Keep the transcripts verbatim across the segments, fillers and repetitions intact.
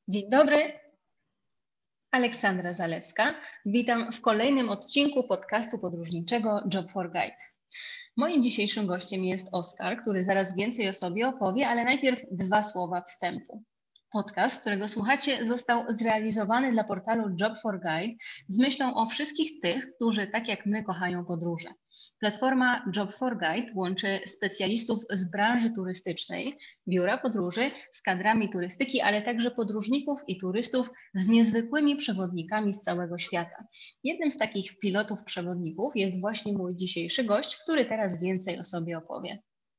Dzień dobry, Aleksandra Zalewska. Witam w kolejnym odcinku podcastu podróżniczego Job for Guide. Moim dzisiejszym gościem jest Oskar, który zaraz więcej o sobie opowie, ale najpierw dwa słowa wstępu. Podcast, którego słuchacie, został zrealizowany dla portalu Job for Guide z myślą o wszystkich tych, którzy tak jak my kochają podróże. Platforma Job for Guide łączy specjalistów z branży turystycznej, biura podróży z kadrami turystyki, ale także podróżników i turystów z niezwykłymi przewodnikami z całego świata. Jednym z takich pilotów przewodników jest właśnie mój dzisiejszy gość, który teraz więcej o sobie opowie.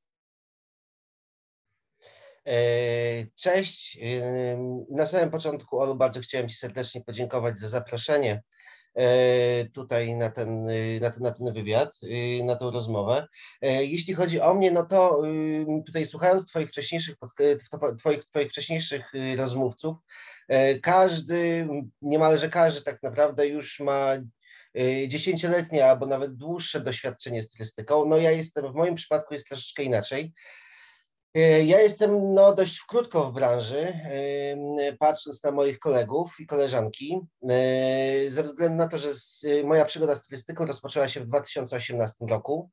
Cześć. Na samym początku, Olu, bardzo chciałem Ci serdecznie podziękować za zaproszenie tutaj na ten, na ten, na ten wywiad, na tą rozmowę. Jeśli chodzi o mnie, no to tutaj słuchając Twoich wcześniejszych, twoich, twoich wcześniejszych rozmówców, każdy, niemalże każdy tak naprawdę już ma dziesięcioletnie albo nawet dłuższe doświadczenie z turystyką. No ja jestem, w moim przypadku jest troszeczkę inaczej. Ja jestem no, dość krótko w branży, patrząc na moich kolegów i koleżanki, ze względu na to, że moja przygoda z turystyką rozpoczęła się w dwa tysiące osiemnastym roku.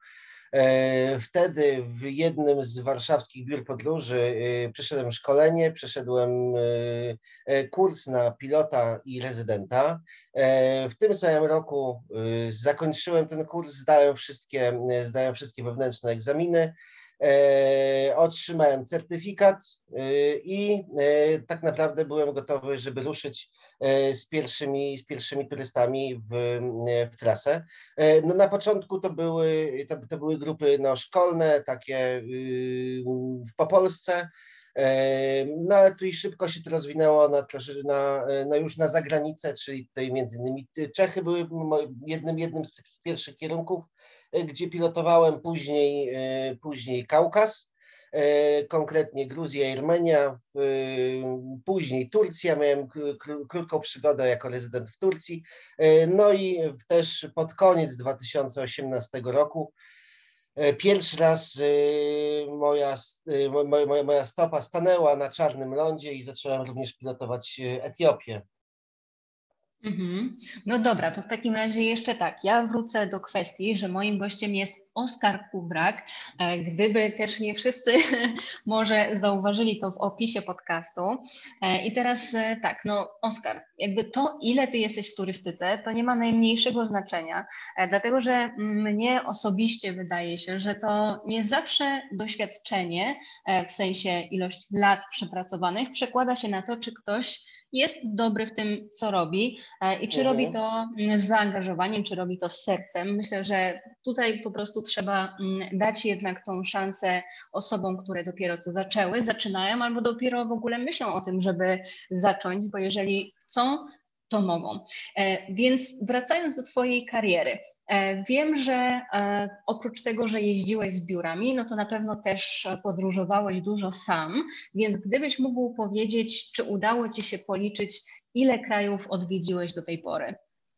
Wtedy w jednym z warszawskich biur podróży przeszedłem szkolenie, przeszedłem kurs na pilota i rezydenta. W tym samym roku zakończyłem ten kurs, zdałem wszystkie, zdałem wszystkie wewnętrzne egzaminy. E, otrzymałem certyfikat e, i e, tak naprawdę byłem gotowy, żeby ruszyć e, z pierwszymi, z pierwszymi turystami w, w trasę. E, no na początku to były, to, to były grupy no, szkolne, takie y, po Polsce. No ale tu i szybko się to rozwinęło na, na, na już na zagranicę, czyli tutaj między innymi Czechy były jednym, jednym z takich pierwszych kierunków, gdzie pilotowałem, później, później Kaukaz, konkretnie Gruzja i Armenia, później Turcja, miałem krótką przygodę jako rezydent w Turcji, no i też pod koniec dwa tysiące osiemnastego roku pierwszy raz moja, moja, moja stopa stanęła na czarnym lądzie i zacząłem również pilotować Etiopię. Mhm. No dobra, to w takim razie jeszcze tak, ja wrócę do kwestii, że moim gościem jest Oskar Kubrak. Gdyby też nie wszyscy może zauważyli to w opisie podcastu. I teraz tak, no Oskar, jakby to, ile ty jesteś w turystyce, to nie ma najmniejszego znaczenia, dlatego że mnie osobiście wydaje się, że to nie zawsze doświadczenie, w sensie ilość lat przepracowanych, przekłada się na to, czy ktoś jest dobry w tym, co robi i czy mhm. robi to z zaangażowaniem, czy robi to z sercem. Myślę, że tutaj po prostu trzeba dać jednak tą szansę osobom, które dopiero co zaczęły, zaczynają albo dopiero w ogóle myślą o tym, żeby zacząć, bo jeżeli chcą, to mogą. Więc wracając do Twojej kariery, wiem, że oprócz tego, że jeździłeś z biurami, no to na pewno też podróżowałeś dużo sam, więc gdybyś mógł powiedzieć, czy udało Ci się policzyć, ile krajów odwiedziłeś do tej pory?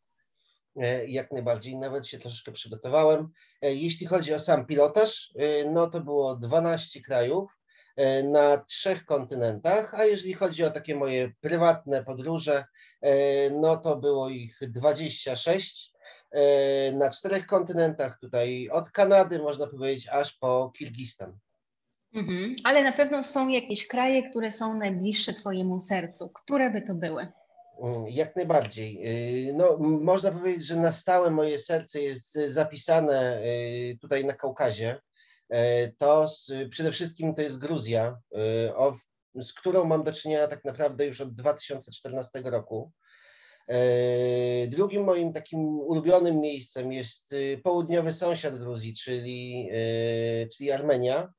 Jak najbardziej, nawet się troszeczkę przygotowałem. Jeśli chodzi o sam pilotaż, no to było dwanaście krajów na trzech kontynentach, a jeżeli chodzi o takie moje prywatne podróże, no to było ich dwadzieścia sześć. Na czterech kontynentach, tutaj od Kanady, można powiedzieć, aż po Kirgistan. Mhm. Ale na pewno są jakieś kraje, które są najbliższe Twojemu sercu. Które by to były? Jak najbardziej. No, można powiedzieć, że na stałe moje serce jest zapisane tutaj na Kaukazie. To z, przede wszystkim to jest Gruzja, o, z którą mam do czynienia tak naprawdę już od dwa tysiące czternastego roku. Drugim moim takim ulubionym miejscem jest południowy sąsiad Gruzji, czyli, czyli Armenia.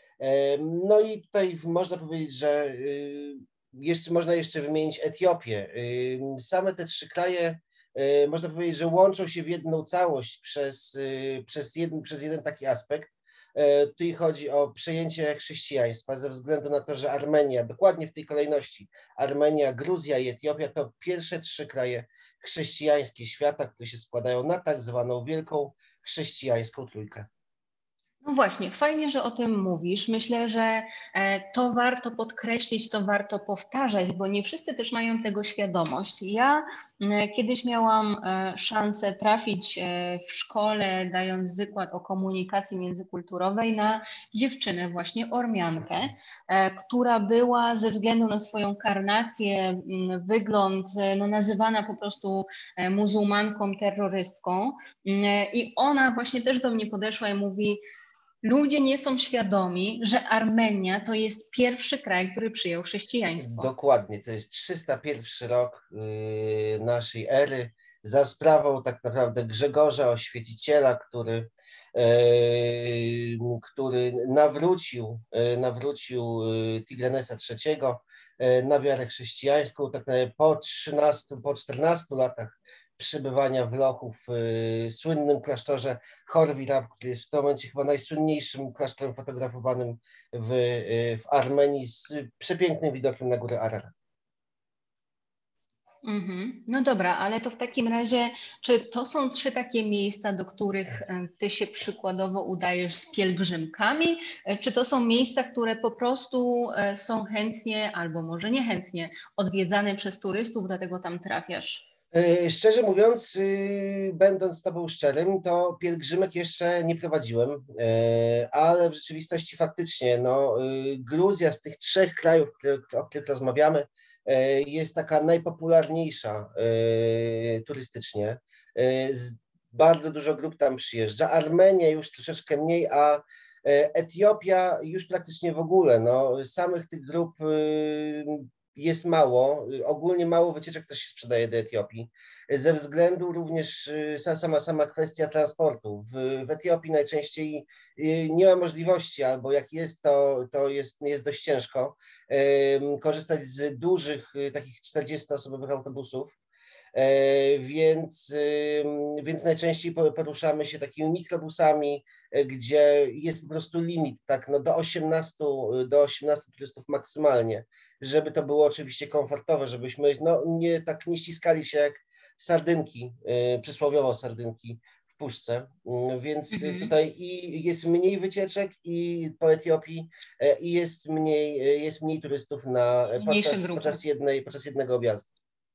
No i tutaj można powiedzieć, że jeszcze, można jeszcze wymienić Etiopię. Same te trzy kraje, można powiedzieć, że łączą się w jedną całość przez, przez, jeden, przez jeden taki aspekt. Tutaj chodzi o przejęcie chrześcijaństwa ze względu na to, że Armenia, dokładnie w tej kolejności, Armenia, Gruzja i Etiopia to pierwsze trzy kraje chrześcijańskie świata, które się składają na tak zwaną wielką chrześcijańską trójkę. No właśnie, fajnie, że o tym mówisz. Myślę, że e, to warto podkreślić, to warto powtarzać, bo nie wszyscy też mają tego świadomość. Ja m, kiedyś miałam e, szansę trafić e, w szkole, dając wykład o komunikacji międzykulturowej na dziewczynę, właśnie Ormiankę, e, która była ze względu na swoją karnację, m, wygląd, e, no, nazywana po prostu e, muzułmanką, terrorystką. M, I ona właśnie też do mnie podeszła i mówi: ludzie nie są świadomi, że Armenia to jest pierwszy kraj, który przyjął chrześcijaństwo. Dokładnie, to jest trzysta pierwszy rok y, naszej ery za sprawą tak naprawdę Grzegorza Oświeciciela, który, y, który nawrócił, y, nawrócił y, Tigranesa trzeciego y, na wiarę chrześcijańską. Tak naprawdę po trzynastu, po czternastu latach przebywania w Lochu w y, słynnym klasztorze Chor Virab, który jest w tym momencie chyba najsłynniejszym klasztorem fotografowanym w, y, w Armenii, z przepięknym widokiem na górę Ararat. Mhm. No dobra, ale to w takim razie, czy to są trzy takie miejsca, do których e, ty się przykładowo udajesz z pielgrzymkami, e, czy to są miejsca, które po prostu e, są chętnie albo może niechętnie odwiedzane przez turystów, dlatego tam trafiasz? Y, Szczerze mówiąc, y, będąc z Tobą szczerym, to pielgrzymek jeszcze nie prowadziłem, y, ale w rzeczywistości faktycznie no, y, Gruzja z tych trzech krajów, które- o których rozmawiamy, y, jest taka najpopularniejsza y, turystycznie. Y, z- Bardzo dużo grup tam przyjeżdża. Armenia już troszeczkę mniej, a y, Etiopia już praktycznie w ogóle. No, samych tych grup y, jest mało. Ogólnie mało wycieczek też się sprzedaje do Etiopii. Ze względu również y, sa- sama, sama kwestia transportu. W, w Etiopii najczęściej y, nie ma możliwości, albo jak jest, to, to jest, jest dość ciężko ym, korzystać z dużych, y, takich czterdziestoosobowych autobusów. E, Więc, ym, więc najczęściej po- poruszamy się takimi mikrobusami, e, gdzie jest po prostu limit, tak, no do osiemnastu, do osiemnastu turystów maksymalnie, żeby to było oczywiście komfortowe, żebyśmy no, nie tak nie ściskali się jak sardynki, e, przysłowiowo sardynki w puszce. Mm, Więc Mhm. tutaj i jest mniej wycieczek i po Etiopii e, i jest mniej, e, jest mniej turystów na, Mniejsze podczas, grupy. podczas jednej, podczas jednego objazdu.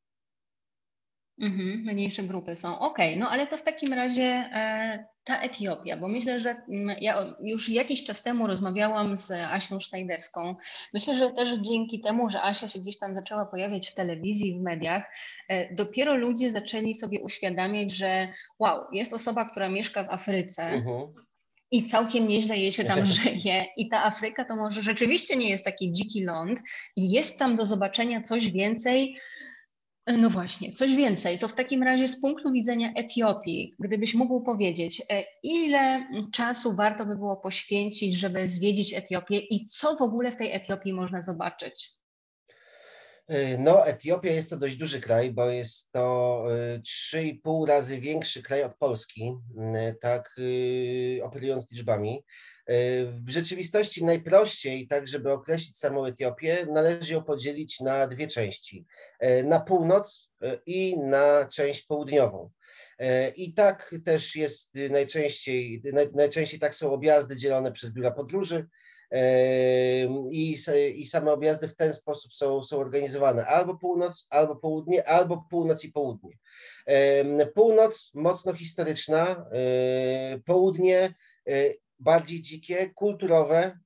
Mhm, mniejsze grupy są. Okej, no ale to w takim razie e, ta Etiopia, bo myślę, że mm, ja o- już jakiś czas temu rozmawiałam z Asią Sztajderską. Myślę, że też dzięki temu, że Asia się gdzieś tam zaczęła pojawiać w telewizji, w mediach, e, dopiero ludzie zaczęli sobie uświadamiać, że wow, jest osoba, która mieszka w Afryce. Mhm. I całkiem nieźle jej się tam żyje. I ta Afryka to może rzeczywiście nie jest taki dziki ląd i jest tam do zobaczenia coś więcej. No właśnie, coś więcej. To w takim razie z punktu widzenia Etiopii, gdybyś mógł powiedzieć, e, ile czasu warto by było poświęcić, żeby zwiedzić Etiopię i co w ogóle w tej Etiopii można zobaczyć? Y, No, Etiopia jest to dość duży kraj, bo jest to y, trzy i pół razy większy kraj od Polski, y, tak y, operując liczbami. Y, W rzeczywistości najprościej, tak żeby określić samą Etiopię, należy ją podzielić na dwie części. Y, Na północ y, i na część południową. Y, I tak też jest y, najczęściej, naj, najczęściej tak są objazdy dzielone przez biura podróży. I, I same objazdy w ten sposób są, są organizowane. Albo północ, albo południe, albo północ i południe. Północ mocno historyczna, południe bardziej dzikie, kulturowe.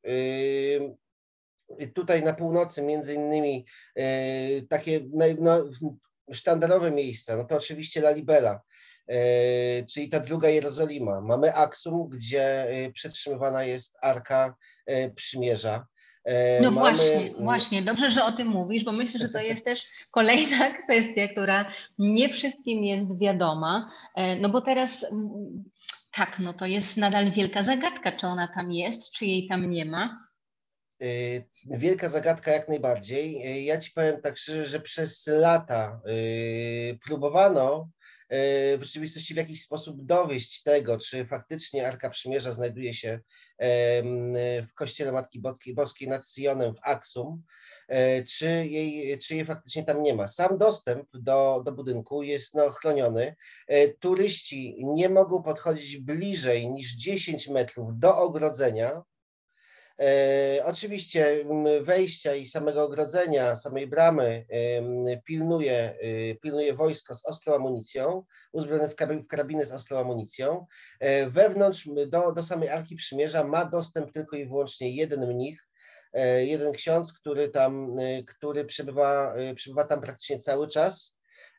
Tutaj na północy między innymi takie no, sztandarowe miejsca, no to oczywiście Lalibela, czyli ta druga Jerozolima. Mamy Aksum, gdzie przetrzymywana jest Arka Przymierza. No Mamy, właśnie, właśnie, dobrze, że o tym mówisz, bo myślę, że to jest też kolejna kwestia, która nie wszystkim jest wiadoma, E, no bo teraz mm, tak, no to jest nadal wielka zagadka, czy ona tam jest, czy jej tam nie ma. Y, Wielka zagadka jak najbardziej. Y, Ja ci powiem tak szczerze, że przez lata y, próbowano w rzeczywistości w jakiś sposób dowieść tego, czy faktycznie Arka Przymierza znajduje się w kościele Matki Boskiej, Boskiej nad Syjonem w Aksum, czy jej, czy jej faktycznie tam nie ma. Sam dostęp do, do budynku jest no, chroniony. Turyści nie mogą podchodzić bliżej niż dziesięć metrów do ogrodzenia. E, oczywiście wejścia i samego ogrodzenia, samej bramy e, pilnuje, e, pilnuje wojsko z ostrą amunicją, uzbrojone w, w karabiny z ostrą amunicją. E, wewnątrz do, do samej Arki Przymierza ma dostęp tylko i wyłącznie jeden mnich, e, jeden ksiądz, który tam, e, który przebywa, e, przebywa tam praktycznie cały czas.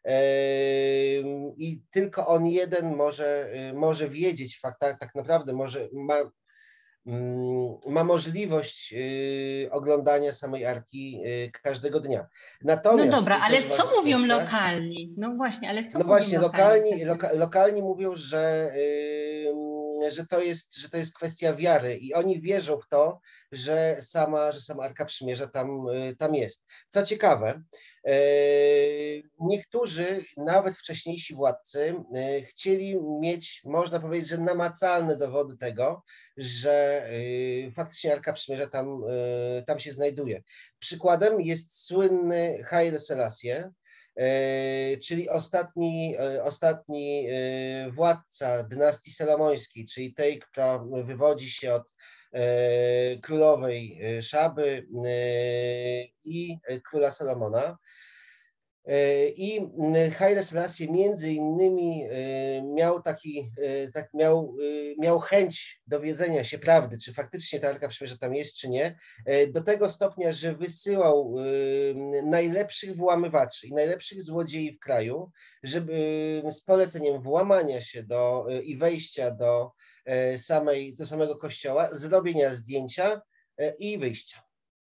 I tylko on jeden może, może wiedzieć, fakt, tak, tak naprawdę może, ma, ma możliwość oglądania samej Arki każdego dnia. No Natomiast dobra, tu ale też co ważna mówią kwestia, lokalni? No właśnie, ale co no mówią właśnie, lokalni? lokalni, loka, lokalni mówią, że, yy, że, to jest, że to jest kwestia wiary i oni wierzą w to, że sama, że sama Arka Przymierza tam, yy, tam jest. Co ciekawe, yy, niektórzy, nawet wcześniejsi władcy, yy, chcieli mieć, można powiedzieć, że namacalne dowody tego, że yy, faktycznie Arka Przymierza tam, yy, tam się znajduje. Przykładem jest słynny Haile Selassie, czyli ostatni, ostatni władca dynastii salomońskiej, czyli tej, która wywodzi się od królowej Szaby i króla Salomona. I Haile Selassie między innymi miał, taki, tak, miał, miał chęć dowiedzenia się prawdy, czy faktycznie ta Arka Przymierza tam jest, czy nie, do tego stopnia, że wysyłał najlepszych włamywaczy i najlepszych złodziei w kraju, żeby z poleceniem włamania się do, i wejścia do, samej, do samego kościoła, zrobienia zdjęcia i wyjścia.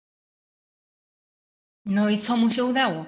No i co mu się udało?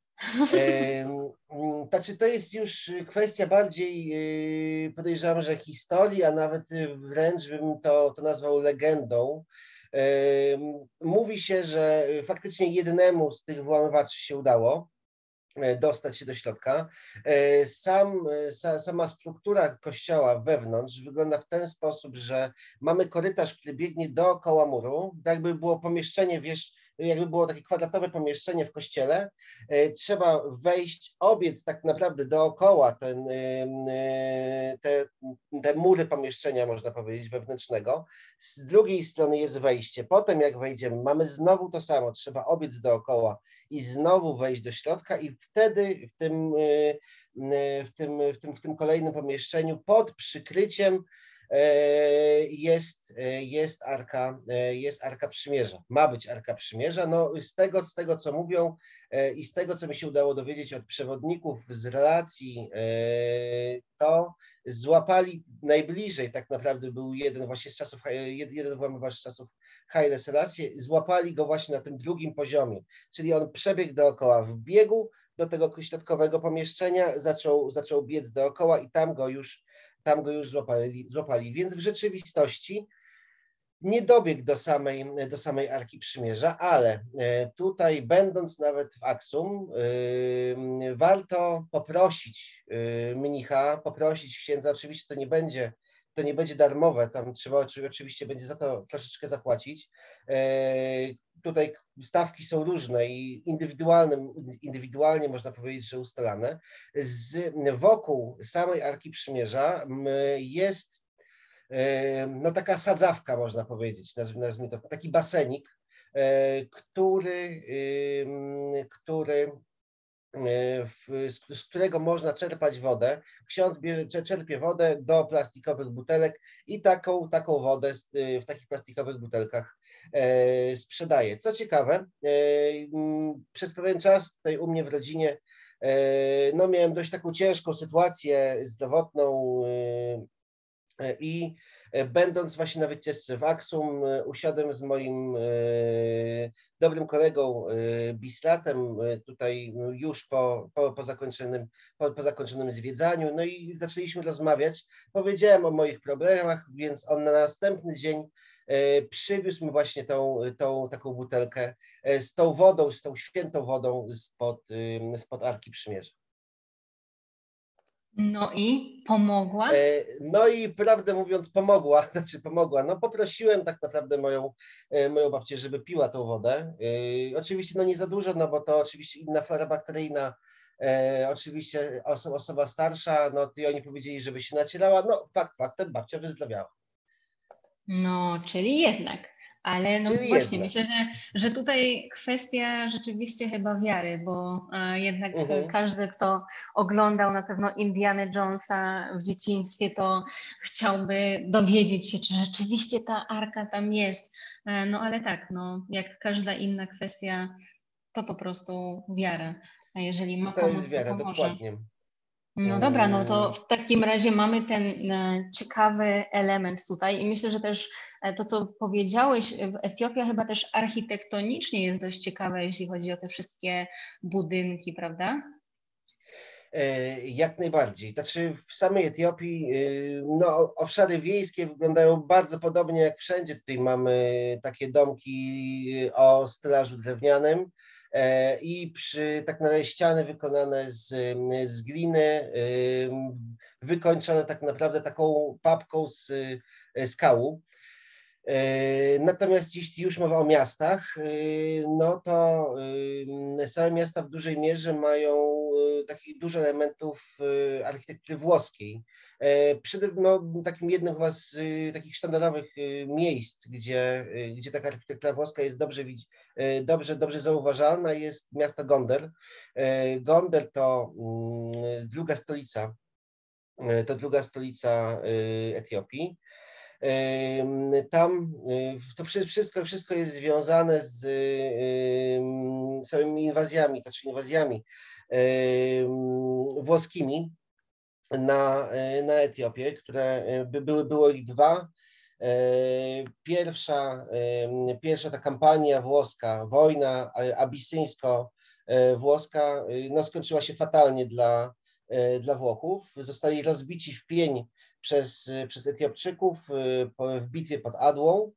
Znaczy, to jest już kwestia bardziej, podejrzewam, że historii, a nawet wręcz bym to, to nazwał legendą. Mówi się, że faktycznie jednemu z tych włamywaczy się udało dostać się do środka. Sam, sama struktura kościoła wewnątrz wygląda w ten sposób, że mamy korytarz, który biegnie dookoła muru, tak jakby było pomieszczenie, wiesz, jakby było takie kwadratowe pomieszczenie w kościele. Trzeba wejść, obiec tak naprawdę dookoła ten, te, te mury pomieszczenia, można powiedzieć, wewnętrznego. Z drugiej strony jest wejście. Potem jak wejdziemy, mamy znowu to samo, trzeba obiec dookoła i znowu wejść do środka i wtedy w tym, w tym, w tym, w tym kolejnym pomieszczeniu pod przykryciem jest, jest, Arka, jest Arka Przymierza. Ma być Arka Przymierza. No, z tego, z tego, co mówią i z tego, co mi się udało dowiedzieć od przewodników z relacji, to złapali najbliżej, tak naprawdę był jeden właśnie z czasów, jeden włamywacz z czasów Haile Selassie, złapali go właśnie na tym drugim poziomie, czyli on przebiegł dookoła, wbiegł do tego środkowego pomieszczenia, zaczął, zaczął biec dookoła i tam go już, tam go już złapali, złapali. Więc w rzeczywistości nie dobiegł do samej, do samej Arki Przymierza, ale tutaj, będąc nawet w Aksum, warto poprosić mnicha, poprosić księdza. Oczywiście to nie będzie, to nie będzie darmowe, tam trzeba oczywiście będzie za to troszeczkę zapłacić. Tutaj stawki są różne i indywidualne, indywidualnie można powiedzieć, że ustalane. Z, wokół samej Arki Przymierza jest no taka sadzawka, można powiedzieć, nazwijmy to, taki basenik, który, który z którego można czerpać wodę. Ksiądz bierze, czerpie wodę do plastikowych butelek i taką, taką wodę w takich plastikowych butelkach sprzedaje. Co ciekawe, przez pewien czas tutaj u mnie w rodzinie no miałem dość taką ciężką sytuację zdrowotną i będąc właśnie na wycieczce w Aksum, usiadłem z moim dobrym kolegą Bislatem tutaj już po, po, po, zakończonym, po, po zakończonym zwiedzaniu, no i zaczęliśmy rozmawiać. Powiedziałem o moich problemach, więc on na następny dzień przywiózł mi właśnie tą, tą taką butelkę z tą wodą, z tą świętą wodą spod, spod Arki Przymierza. No i pomogła? E, No i prawdę mówiąc pomogła, znaczy pomogła. No poprosiłem tak naprawdę moją, e, moją babcię, żeby piła tą wodę. E, Oczywiście no nie za dużo, no bo to oczywiście inna flora bakteryjna, e, oczywiście oso, osoba starsza, no i oni powiedzieli, żeby się nacierała. No fakt faktem, babcia wyzdrowiała. No, czyli jednak. Ale no Czyli właśnie, jednak. myślę, że, że tutaj kwestia rzeczywiście chyba wiary, bo e, jednak Mhm. każdy, kto oglądał na pewno Indiana Jonesa w dzieciństwie, to chciałby dowiedzieć się, czy rzeczywiście ta arka tam jest. E, no ale tak, no, jak każda inna kwestia, to po prostu wiara. A jeżeli ma To jest pomóc, to wiara, pomoże. dokładnie. No dobra, no to Mm, w takim razie mamy ten e, ciekawy element tutaj i myślę, że też e, to, co powiedziałeś, w Etiopia chyba też architektonicznie jest dość ciekawe, jeśli chodzi o te wszystkie budynki, prawda? E, Jak najbardziej. Znaczy w samej Etiopii y, no, obszary wiejskie wyglądają bardzo podobnie jak wszędzie. Tutaj mamy takie domki o stelażu drewnianym e, i przy tak naprawdę ściany wykonane z, z gliny, y, wykończone tak naprawdę taką papką z skału. E, Natomiast jeśli już mowa o miastach, e, no to e, same miasta w dużej mierze mają e, takich dużo elementów e, architektury włoskiej. E, Przede, no, takim jednym chyba z e, takich sztandarowych e, miejsc, gdzie, e, gdzie taka architektura włoska jest dobrze, widzi- e, dobrze, dobrze zauważalna, jest miasto Gonder. E, Gonder to mm, druga stolica, e, to druga stolica e, Etiopii. Ym, Tam y, to wszy- wszystko, wszystko jest związane z ym, samymi inwazjami, znaczy inwazjami ym, włoskimi na, y, na Etiopię, które y, by były, było ich dwa. Y, Pierwsza, ym, pierwsza ta kampania włoska, wojna y, abisyńsko-włoska, y, no, skończyła się fatalnie dla, y, dla Włochów. Zostali rozbici w pień przez, przez Etiopczyków y, po- w bitwie pod Adłą.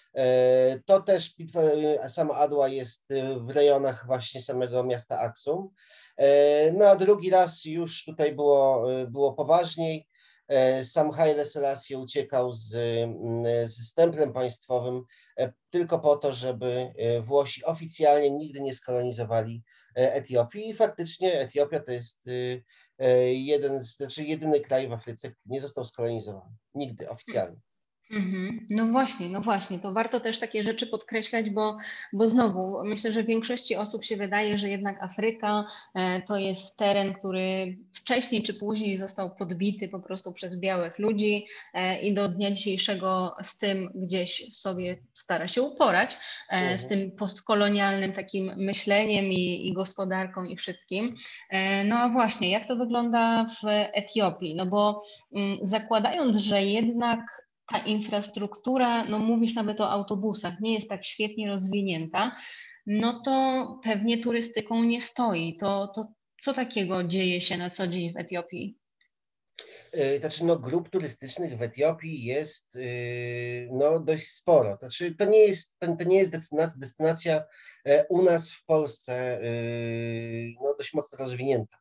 E, To też bitwa, y, sama Adła jest y, w rejonach właśnie samego miasta Aksum. E, No a drugi raz już tutaj było, y, było poważniej. E, Sam Haile Selassie uciekał z, mm, z stemplem państwowym e, tylko po to, żeby e, Włosi oficjalnie nigdy nie skolonizowali e, Etiopii. I faktycznie Etiopia to jest y, e, jeden z, znaczy jedyny kraj w Afryce, który nie został skolonizowany. Nigdy oficjalnie. Mhm. No właśnie, no właśnie, to warto też takie rzeczy podkreślać, bo, bo znowu myślę, że większości osób się wydaje, że jednak Afryka e, to jest teren, który wcześniej czy później został podbity po prostu przez białych ludzi e, i do dnia dzisiejszego z tym gdzieś sobie stara się uporać, e, z Mhm. tym postkolonialnym takim myśleniem i, i gospodarką i wszystkim. E, no a właśnie, jak to wygląda w Etiopii? No bo mm, zakładając, że jednak ta infrastruktura, no mówisz nawet o autobusach, nie jest tak świetnie rozwinięta, no to pewnie turystyką nie stoi. To, to co takiego dzieje się na co dzień w Etiopii? E, Znaczy, no, grup turystycznych w Etiopii jest e, no, dość sporo. Znaczy, to nie jest, to, to nie jest destynacja, destynacja e, u nas w Polsce e, no, dość mocno rozwinięta.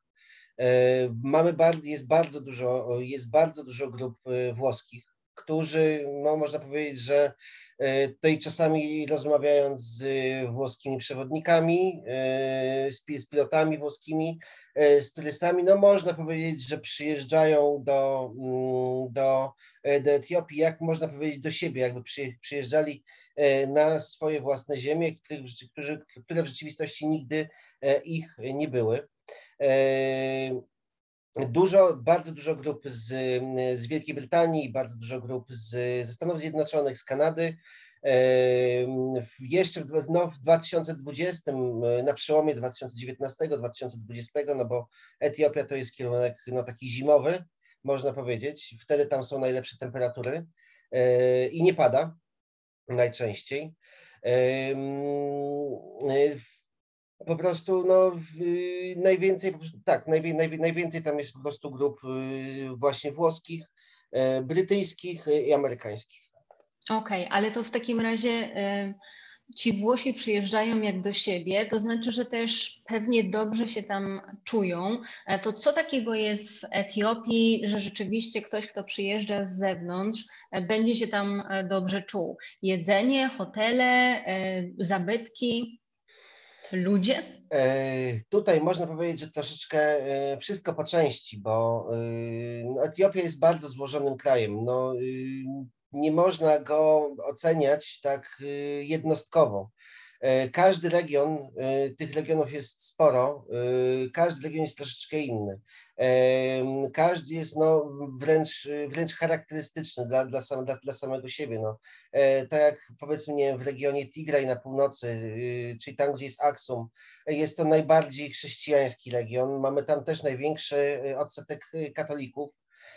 E, Mamy bardzo, jest bardzo dużo, jest bardzo dużo grup e, włoskich, którzy, no można powiedzieć, że e, tutaj czasami rozmawiając z włoskimi przewodnikami, e, z pi- z pilotami włoskimi, e, z turystami, no można powiedzieć, że przyjeżdżają do, mm, do, e, do Etiopii, jak można powiedzieć, do siebie, jakby przyje- przyjeżdżali e, na swoje własne ziemie, których, którzy, które w rzeczywistości nigdy e, ich nie były. E, Dużo, bardzo dużo grup z, z Wielkiej Brytanii, bardzo dużo grup z, ze Stanów Zjednoczonych, z Kanady. E, w- Jeszcze w, dwa- no, w dwa tysiące dwudziestym, e, na przełomie dwa tysiące dziewiętnastego dwa tysiące dwudziestego, no bo Etiopia to jest kierunek no, taki zimowy, można powiedzieć. Wtedy tam są najlepsze temperatury e, i nie pada najczęściej. Em, e, po prostu no, w, najwięcej, po prostu, tak, najwię, najwię, najwięcej tam jest po prostu grup y, właśnie włoskich, e, brytyjskich e, i amerykańskich. Okej, ale to w takim razie ci Włosi przyjeżdżają jak do siebie, to znaczy, że też pewnie dobrze się tam czują. To co takiego jest w Etiopii, że rzeczywiście ktoś, kto przyjeżdża z zewnątrz, będzie się tam dobrze czuł? Jedzenie, hotele, zabytki, ludzie? Tutaj można powiedzieć, że troszeczkę wszystko po części, bo no, Etiopia jest bardzo złożonym krajem. No, nie można go oceniać tak jednostkowo. Każdy region, tych regionów jest sporo, każdy region jest troszeczkę inny. Każdy jest no, wręcz, wręcz charakterystyczny dla, dla, sam, dla, dla samego siebie. No. Tak jak powiedzmy nie, w regionie Tigraj na północy, czyli tam, gdzie jest Aksum, jest to najbardziej chrześcijański region. Mamy tam też największy odsetek katolików,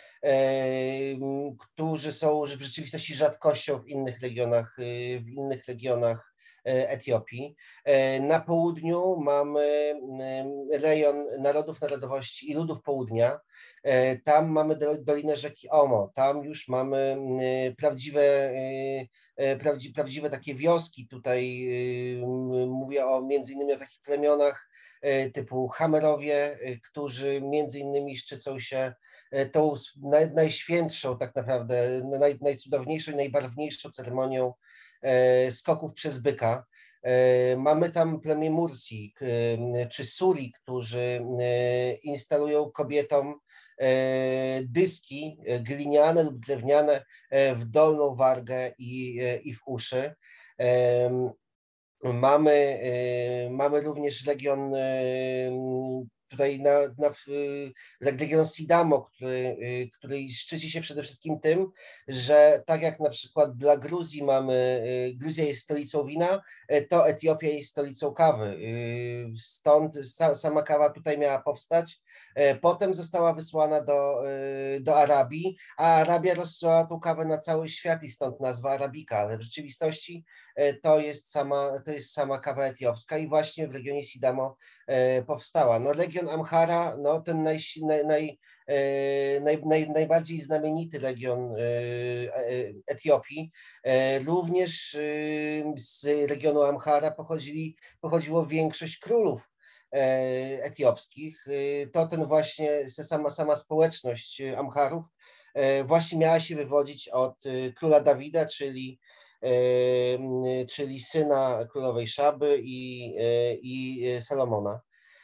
którzy są w rzeczywistości rzadkością w innych regionach, w innych regionach Etiopii. Na południu mamy rejon narodów, narodowości i ludów południa. Tam mamy dolinę rzeki Omo. Tam już mamy prawdziwe, prawdziwe takie wioski. Tutaj mówię o między innymi o takich plemionach typu Hamerowie, którzy między innymi szczycą się tą naj, najświętszą tak naprawdę, naj, najcudowniejszą i najbarwniejszą ceremonią skoków przez byka. Mamy tam plemię Mursi czy Suri, którzy instalują kobietom dyski gliniane lub drewniane w dolną wargę i, i w uszy. Mamy, mamy również region tutaj na, na region Sidamo, który, który szczyci się przede wszystkim tym, że tak jak na przykład dla Gruzji mamy, Gruzja jest stolicą wina, to Etiopia jest stolicą kawy. Stąd sama kawa tutaj miała powstać. Potem została wysłana do, do Arabii, a Arabia rozsyła tą kawę na cały świat i stąd nazwa Arabika, ale w rzeczywistości to jest sama, to jest sama kawa etiopska i właśnie w regionie Sidamo powstała. No, region Amhara, no, ten naj, naj, naj, naj, naj, najbardziej znamienity region Etiopii, również z regionu Amhara pochodzili, pochodziło większość królów etiopskich. To ten właśnie, sama, sama społeczność Amharów właśnie miała się wywodzić od króla Dawida, czyli czyli syna królowej Szaby i, i Salomona.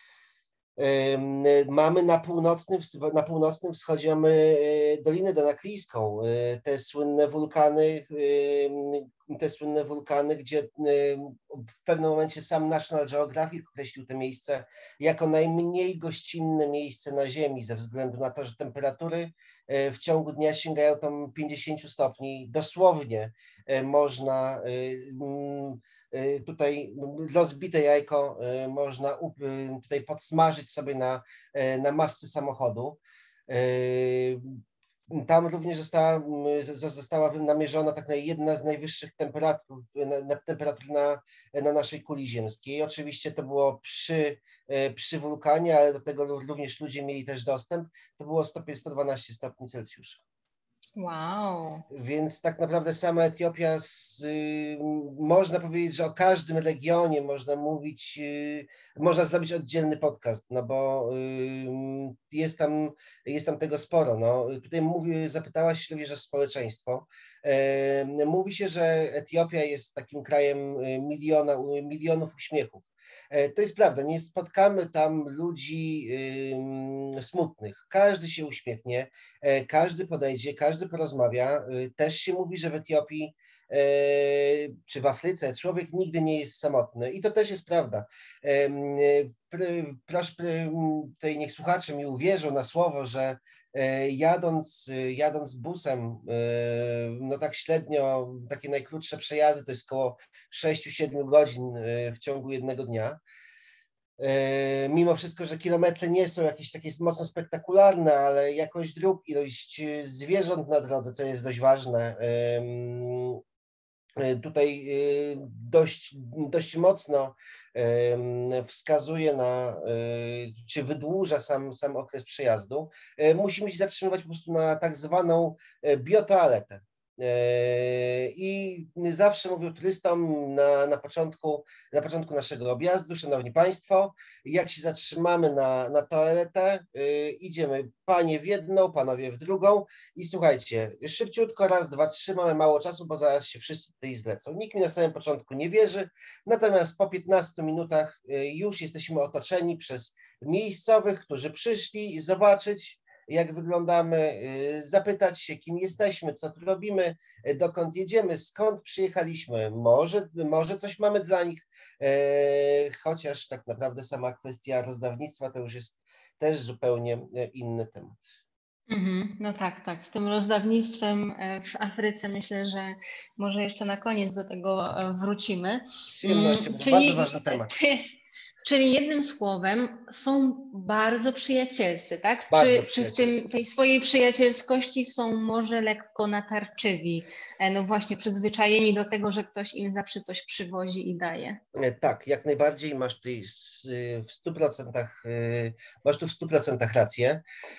Mamy na północnym, na północnym wschodzie mamy Dolinę Danaklijską, te słynne wulkany, te słynne wulkany, gdzie w pewnym momencie sam National Geographic określił to miejsce jako najmniej gościnne miejsce na Ziemi ze względu na to, że temperatury w ciągu dnia sięgają tam pięćdziesiąt stopni. Dosłownie można tutaj rozbite jajko można tutaj podsmażyć sobie na, na masce samochodu. Tam również została, została namierzona tak jedna z najwyższych temperatur, na, temperatur na, na naszej kuli ziemskiej. Oczywiście to było przy, przy wulkanie, ale do tego również ludzie mieli też dostęp. To było sto dwanaście stopni Celsjusza. Wow. Więc tak naprawdę sama Etiopia, z, y, można powiedzieć, że o każdym regionie można mówić, y, można zrobić oddzielny podcast, no bo y, jest tam, jest tam tego sporo. No. Tutaj mówi, zapytałaś również o społeczeństwo. E, mówi się, że Etiopia jest takim krajem miliona, milionów uśmiechów. To jest prawda, nie spotkamy tam ludzi y, smutnych. Każdy się uśmiechnie, każdy podejdzie, każdy porozmawia. Też się mówi, że w Etiopii y, czy w Afryce człowiek nigdy nie jest samotny i to też jest prawda. Y, proszę, tutaj niech słuchacze mi uwierzą na słowo, że jadąc, jadąc busem, no tak średnio, takie najkrótsze przejazdy to jest około sześć siedem godzin w ciągu jednego dnia. Mimo wszystko, że kilometry nie są jakieś takie mocno spektakularne, ale jakość dróg, ilość zwierząt na drodze, co jest dość ważne, tutaj dość, dość mocno wskazuje na, czy wydłuża sam, sam okres przejazdu. Musimy się zatrzymywać po prostu na tak zwaną biotoaletę. I zawsze mówię turystom na, na, początku, na początku naszego objazdu: szanowni państwo, jak się zatrzymamy na, na toaletę, idziemy panie w jedną, panowie w drugą i słuchajcie, szybciutko, raz, dwa, trzy, mamy mało czasu, bo zaraz się wszyscy tutaj zlecą. Nikt mi na samym początku nie wierzy, natomiast po piętnastu minutach już jesteśmy otoczeni przez miejscowych, którzy przyszli zobaczyć, jak wyglądamy, zapytać się, kim jesteśmy, co tu robimy, dokąd jedziemy, skąd przyjechaliśmy, może, może coś mamy dla nich, chociaż tak naprawdę sama kwestia rozdawnictwa to już jest też zupełnie inny temat. Mhm, no tak, tak. Z tym rozdawnictwem w Afryce myślę, że może jeszcze na koniec do tego wrócimy. Z przyjemnością, Mm, to czyli, bardzo ważny temat. Czy, czyli jednym słowem są bardzo przyjacielscy, tak? Bardzo Czy, czy w tym, tej swojej przyjacielskości są może lekko natarczywi, no właśnie przyzwyczajeni do tego, że ktoś im zawsze coś przywozi i daje? Tak, jak najbardziej, masz tutaj w stu procentach, masz tu w stu procentach rację.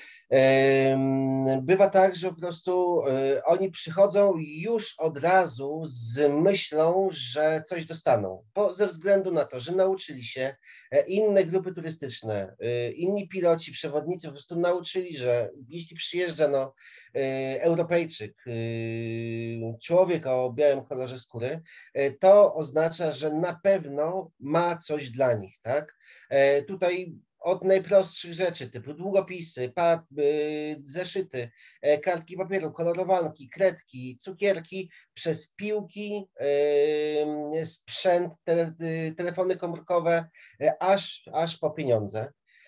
Bywa tak, że po prostu oni przychodzą już od razu z myślą, że coś dostaną, bo ze względu na to, że nauczyli się, inne grupy turystyczne, inni piloci, przewodnicy po prostu nauczyli, że jeśli przyjeżdża no, Europejczyk, człowiek o białym kolorze skóry, to oznacza, że na pewno ma coś dla nich, tak? Tutaj od najprostszych rzeczy typu długopisy, pad, zeszyty, kartki papieru, kolorowanki, kredki, cukierki, przez piłki, sprzęt, te, telefony komórkowe, aż, aż po pieniądze.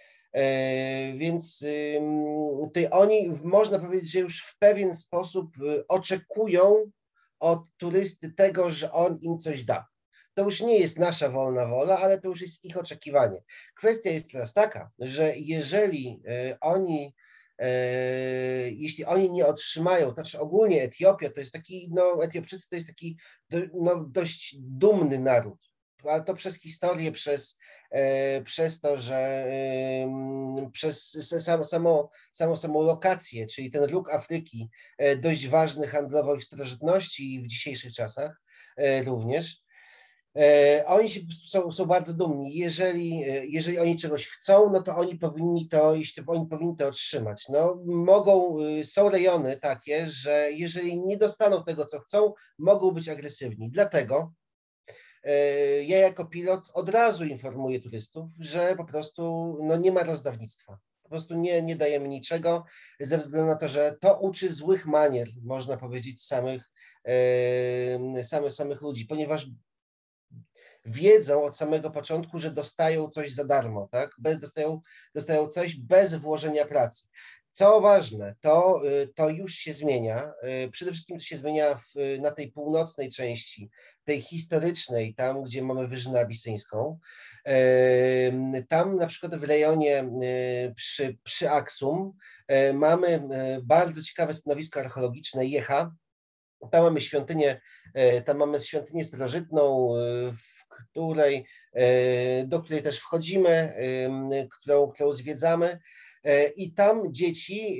Więc tutaj oni, można powiedzieć, że już w pewien sposób oczekują od turysty tego, że on im coś da. To już nie jest nasza wolna wola, ale to już jest ich oczekiwanie. Kwestia jest teraz taka, że jeżeli oni, jeśli oni nie otrzymają, to znaczy ogólnie Etiopia to jest taki, no Etiopczycy to jest taki no, dość dumny naród, ale to przez historię, przez, przez to, że przez samą, samą, samą, samą lokację, czyli ten róg Afryki, dość ważny handlowo i w starożytności i w dzisiejszych czasach również. Oni się są, są bardzo dumni. Jeżeli, jeżeli oni czegoś chcą, no to oni powinni to, jeśli oni powinni to otrzymać. No, mogą, są rejony takie, że jeżeli nie dostaną tego, co chcą, mogą być agresywni. Dlatego ja jako pilot od razu informuję turystów, że po prostu no, nie ma rozdawnictwa. Po prostu nie, nie dajemy niczego, ze względu na to, że to uczy złych manier, można powiedzieć, samych, samych, samych ludzi, ponieważ wiedzą od samego początku, że dostają coś za darmo, tak? Bez, dostają, dostają coś bez włożenia pracy. Co ważne, to, to już się zmienia. Przede wszystkim to się zmienia w, na tej północnej części, tej historycznej, tam gdzie mamy Wyżynę Abisyńską. Tam na przykład w rejonie przy, przy Aksum mamy bardzo ciekawe stanowisko archeologiczne Jecha. Tam mamy świątynię, tam mamy świątynię starożytną, w której, do której też wchodzimy, którą, którą zwiedzamy. I tam dzieci,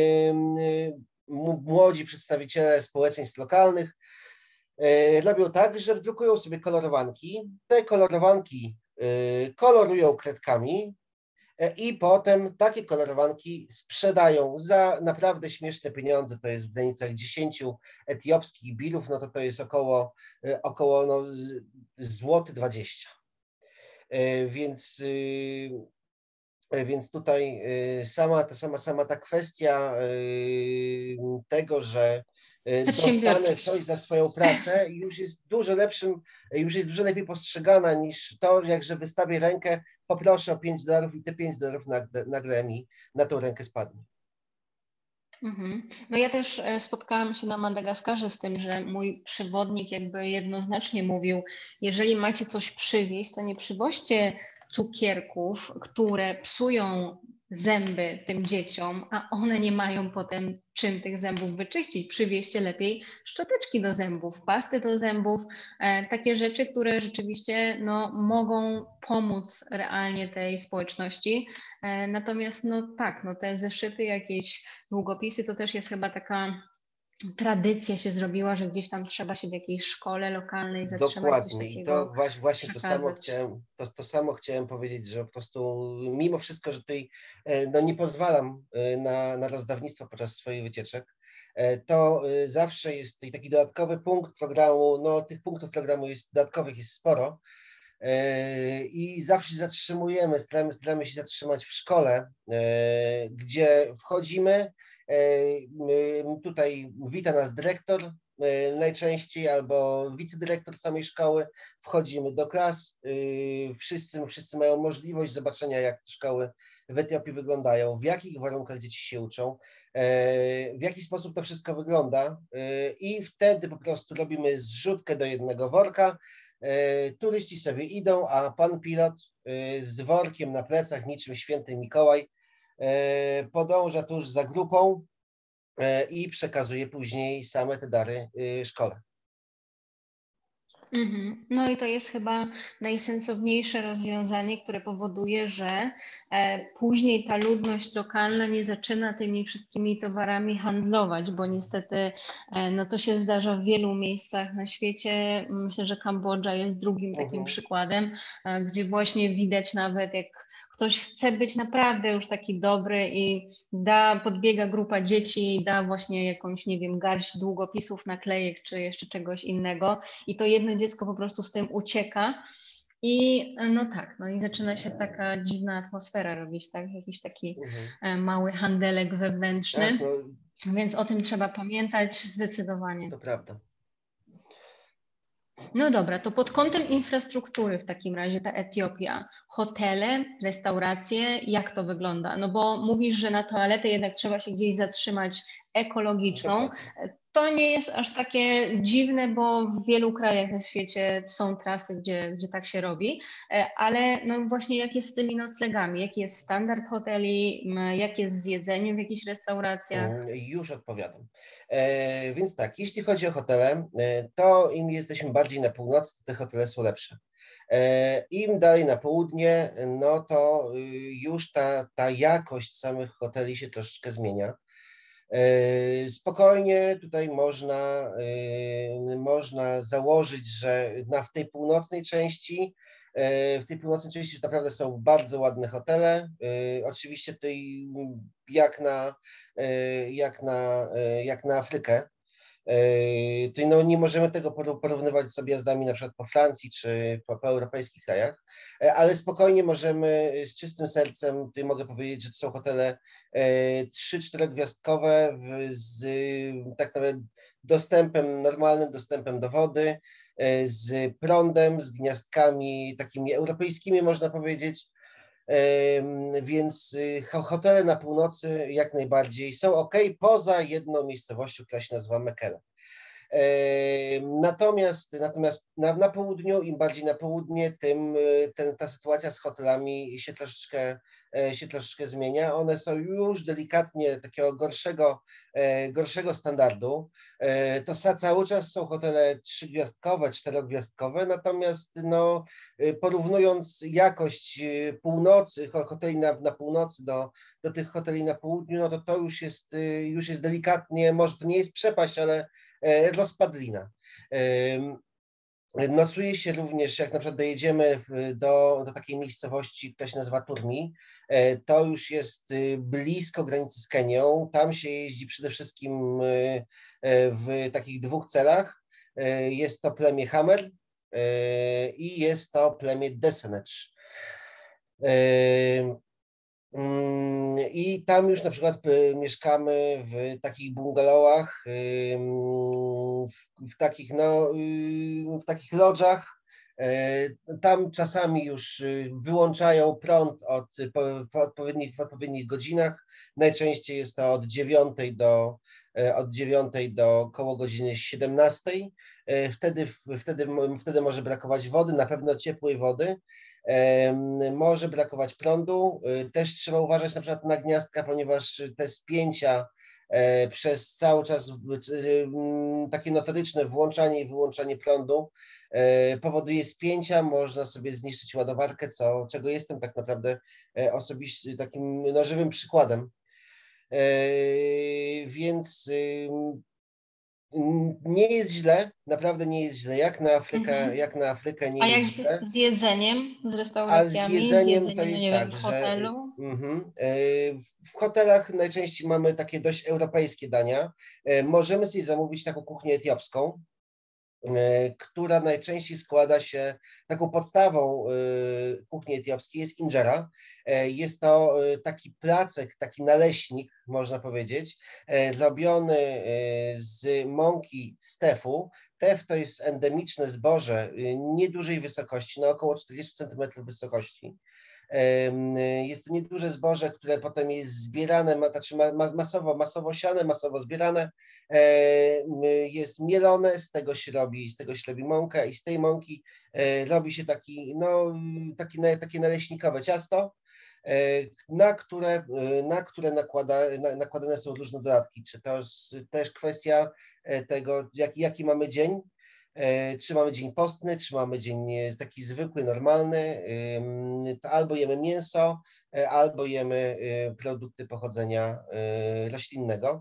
młodzi przedstawiciele społeczeństw lokalnych robią tak, że drukują sobie kolorowanki. Te kolorowanki kolorują kredkami i potem takie kolorowanki sprzedają za naprawdę śmieszne pieniądze. To jest w granicach dziesięciu etiopskich birów, no to to jest około, około no, złoty dwadzieścia. Więc Więc tutaj sama ta, sama, sama ta kwestia tego, że dostanę coś za swoją pracę, już jest dużo lepszym, już jest dużo lepiej postrzegana niż to, jakże wystawię rękę, poproszę o pięć dolarów i te pięć dolarów nagle mi na tą rękę spadnie. Mhm. No ja też spotkałam się na Madagaskarze z tym, że mój przewodnik jakby jednoznacznie mówił, jeżeli macie coś przywieźć, to nie przywoźcie cukierków, które psują zęby tym dzieciom, a one nie mają potem czym tych zębów wyczyścić. Przywieźcie lepiej szczoteczki do zębów, pasty do zębów, e, takie rzeczy, które rzeczywiście no, mogą pomóc realnie tej społeczności. E, natomiast no tak, no, te zeszyty, jakieś długopisy to też jest chyba taka tradycja się zrobiła, że gdzieś tam trzeba się w jakiejś szkole lokalnej zatrzymać, coś Dokładnie. I to takiego właśnie, właśnie to samo przekazać. chciałem, to, to samo chciałem powiedzieć, że po prostu mimo wszystko, że tutaj e, no, nie pozwalam e, na, na rozdawnictwo podczas swoich wycieczek, e, to e, zawsze jest tutaj taki dodatkowy punkt programu, no tych punktów programu jest dodatkowych jest sporo. E, I zawsze się zatrzymujemy, staramy, staramy się zatrzymać w szkole, e, gdzie wchodzimy. e, m, Tutaj wita nas dyrektor e, najczęściej albo wicedyrektor samej szkoły. Wchodzimy do klas. e, Wszyscy, wszyscy mają możliwość zobaczenia, jak te szkoły w Etiopii wyglądają, w jakich warunkach dzieci się uczą, e, w jaki sposób to wszystko wygląda. e, I wtedy po prostu robimy zrzutkę do jednego worka. E, Turyści sobie idą, a pan pilot e, z workiem na plecach, niczym święty Mikołaj, e, podąża tuż za grupą e, i przekazuje później same te dary e, szkole. Mhm. No i to jest chyba najsensowniejsze rozwiązanie, które powoduje, że e, później ta ludność lokalna nie zaczyna tymi wszystkimi towarami handlować, bo niestety e, no to się zdarza w wielu miejscach na świecie. Myślę, że Kambodża jest drugim takim Mhm. przykładem, e, gdzie właśnie widać nawet, jak ktoś chce być naprawdę już taki dobry i da, podbiega grupa dzieci i da właśnie jakąś, nie wiem, garść długopisów, naklejek czy jeszcze czegoś innego i to jedno dziecko po prostu z tym ucieka. I no tak, no i zaczyna się taka dziwna atmosfera robić, tak? Jakiś taki Mhm. e, mały handelek Tak, wewnętrzny, no więc o tym trzeba pamiętać zdecydowanie. to prawda. No dobra, to pod kątem infrastruktury w takim razie ta Etiopia, hotele, restauracje, jak to wygląda? No bo mówisz, że na toaletę jednak trzeba się gdzieś zatrzymać ekologiczną. Dokładnie. To nie jest aż takie dziwne, bo w wielu krajach na świecie są trasy, gdzie, gdzie tak się robi, E, ale no właśnie jak jest z tymi noclegami? Jaki jest standard hoteli? M, Jak jest z jedzeniem w jakichś restauracjach? Mm, Już odpowiadam. E, więc tak, jeśli chodzi o hotele, e, to im jesteśmy bardziej na północy, to te hotele są lepsze. E, Im dalej na południe, no to y, już ta, ta jakość samych hoteli się troszeczkę zmienia. E, Spokojnie tutaj można, e, można założyć, że na, w tej północnej części, e, w tej północnej części już naprawdę są bardzo ładne hotele. E, Oczywiście tutaj mm, jak na, e, jak na, e, jak na Afrykę. Yy, to no, nie możemy tego porównywać z objazdami na przykład po Francji czy po, po europejskich krajach, e, ale spokojnie możemy z czystym sercem, tutaj mogę powiedzieć, że to są hotele trzy cztery gwiazdkowe z tak naprawdę dostępem, normalnym dostępem do wody, e, z prądem, z gniazdkami takimi europejskimi można powiedzieć. Więc y, hotele na północy jak najbardziej są ok, poza jedną miejscowością, która się nazywa Mekele. Natomiast, natomiast na, na południu, im bardziej na południe, tym y, ten, ta sytuacja z hotelami się troszeczkę, e, się troszeczkę zmienia. One są już delikatnie takiego gorszego, e, gorszego standardu. E, To sa- cały czas są hotele trzygwiazdkowe, czterogwiazdkowe, natomiast no, y, porównując jakość y, północy, ho- hoteli na, na północy do, do tych hoteli na południu, no to to już jest, y, już jest delikatnie, może to nie jest przepaść, ale e, rozpadlina. Em, Nocuje się również, jak na przykład dojedziemy w- do, do takiej miejscowości, która się nazywa Turmi, e, to już jest y, blisko granicy z Kenią. Tam się jeździ przede wszystkim y, e, w takich dwóch celach. E, Jest to plemię Hamer e, i jest to plemię Desenecz. E, Mm, I tam już na przykład y, mieszkamy w takich bungalowach, y, mm, w, w takich, no, y, w takich lodżach. E, Tam czasami już y, wyłączają prąd od, po- w odpowiednich, w odpowiednich godzinach. Najczęściej jest to od dziewiątej do, e, od dziewiątej do około godziny siedemnastej. E, Wtedy, wtedy, wtedy może brakować wody, na pewno ciepłej wody. Może brakować prądu. Y, Też trzeba uważać na przykład na gniazdka, ponieważ te spięcia e, przez cały czas w- y, mm, takie notoryczne włączanie i wyłączanie prądu e, powoduje spięcia, można sobie zniszczyć ładowarkę, co, czego jestem tak naprawdę e, osobiście takim no, żywym przykładem. E, Więc Nie jest źle, naprawdę nie jest źle. Jak na Afrykę, Mhm. jak na Afrykę A nie jak jest z, źle. z jedzeniem, z A z restauracjami, z jedzeniem to jedzeniem, no jest nie wiem, tak, w że hotelu? mhm, e, w hotelach najczęściej mamy takie dość europejskie dania. E, Możemy sobie zamówić taką kuchnię etiopską, e, która najczęściej składa się, taką podstawą e, kuchni etiopskiej jest injera. E, Jest to e, taki placek, taki naleśnik, można powiedzieć, e, zrobiony e, z mąki z tefu. Tef to jest endemiczne zboże e, niedużej wysokości, na około czterdzieści centymetrów wysokości. Em, Jest to nieduże zboże, które potem jest zbierane, ma- znaczy ma- ma- masowo, masowo siane, masowo zbierane, em, jest mielone, z tego się robi, z tego się robi mąka i z tej mąki e, robi się taki, no, taki, na- takie naleśnikowe ciasto, e, na które, e, na które nakłada, na, nakładane są różne dodatki. Czy to jest też kwestia e, tego, jak, jaki mamy dzień, e, czy mamy dzień postny, czy mamy dzień e, taki zwykły, normalny, ym, to albo jemy mięso, e, albo jemy e, produkty pochodzenia e, roślinnego.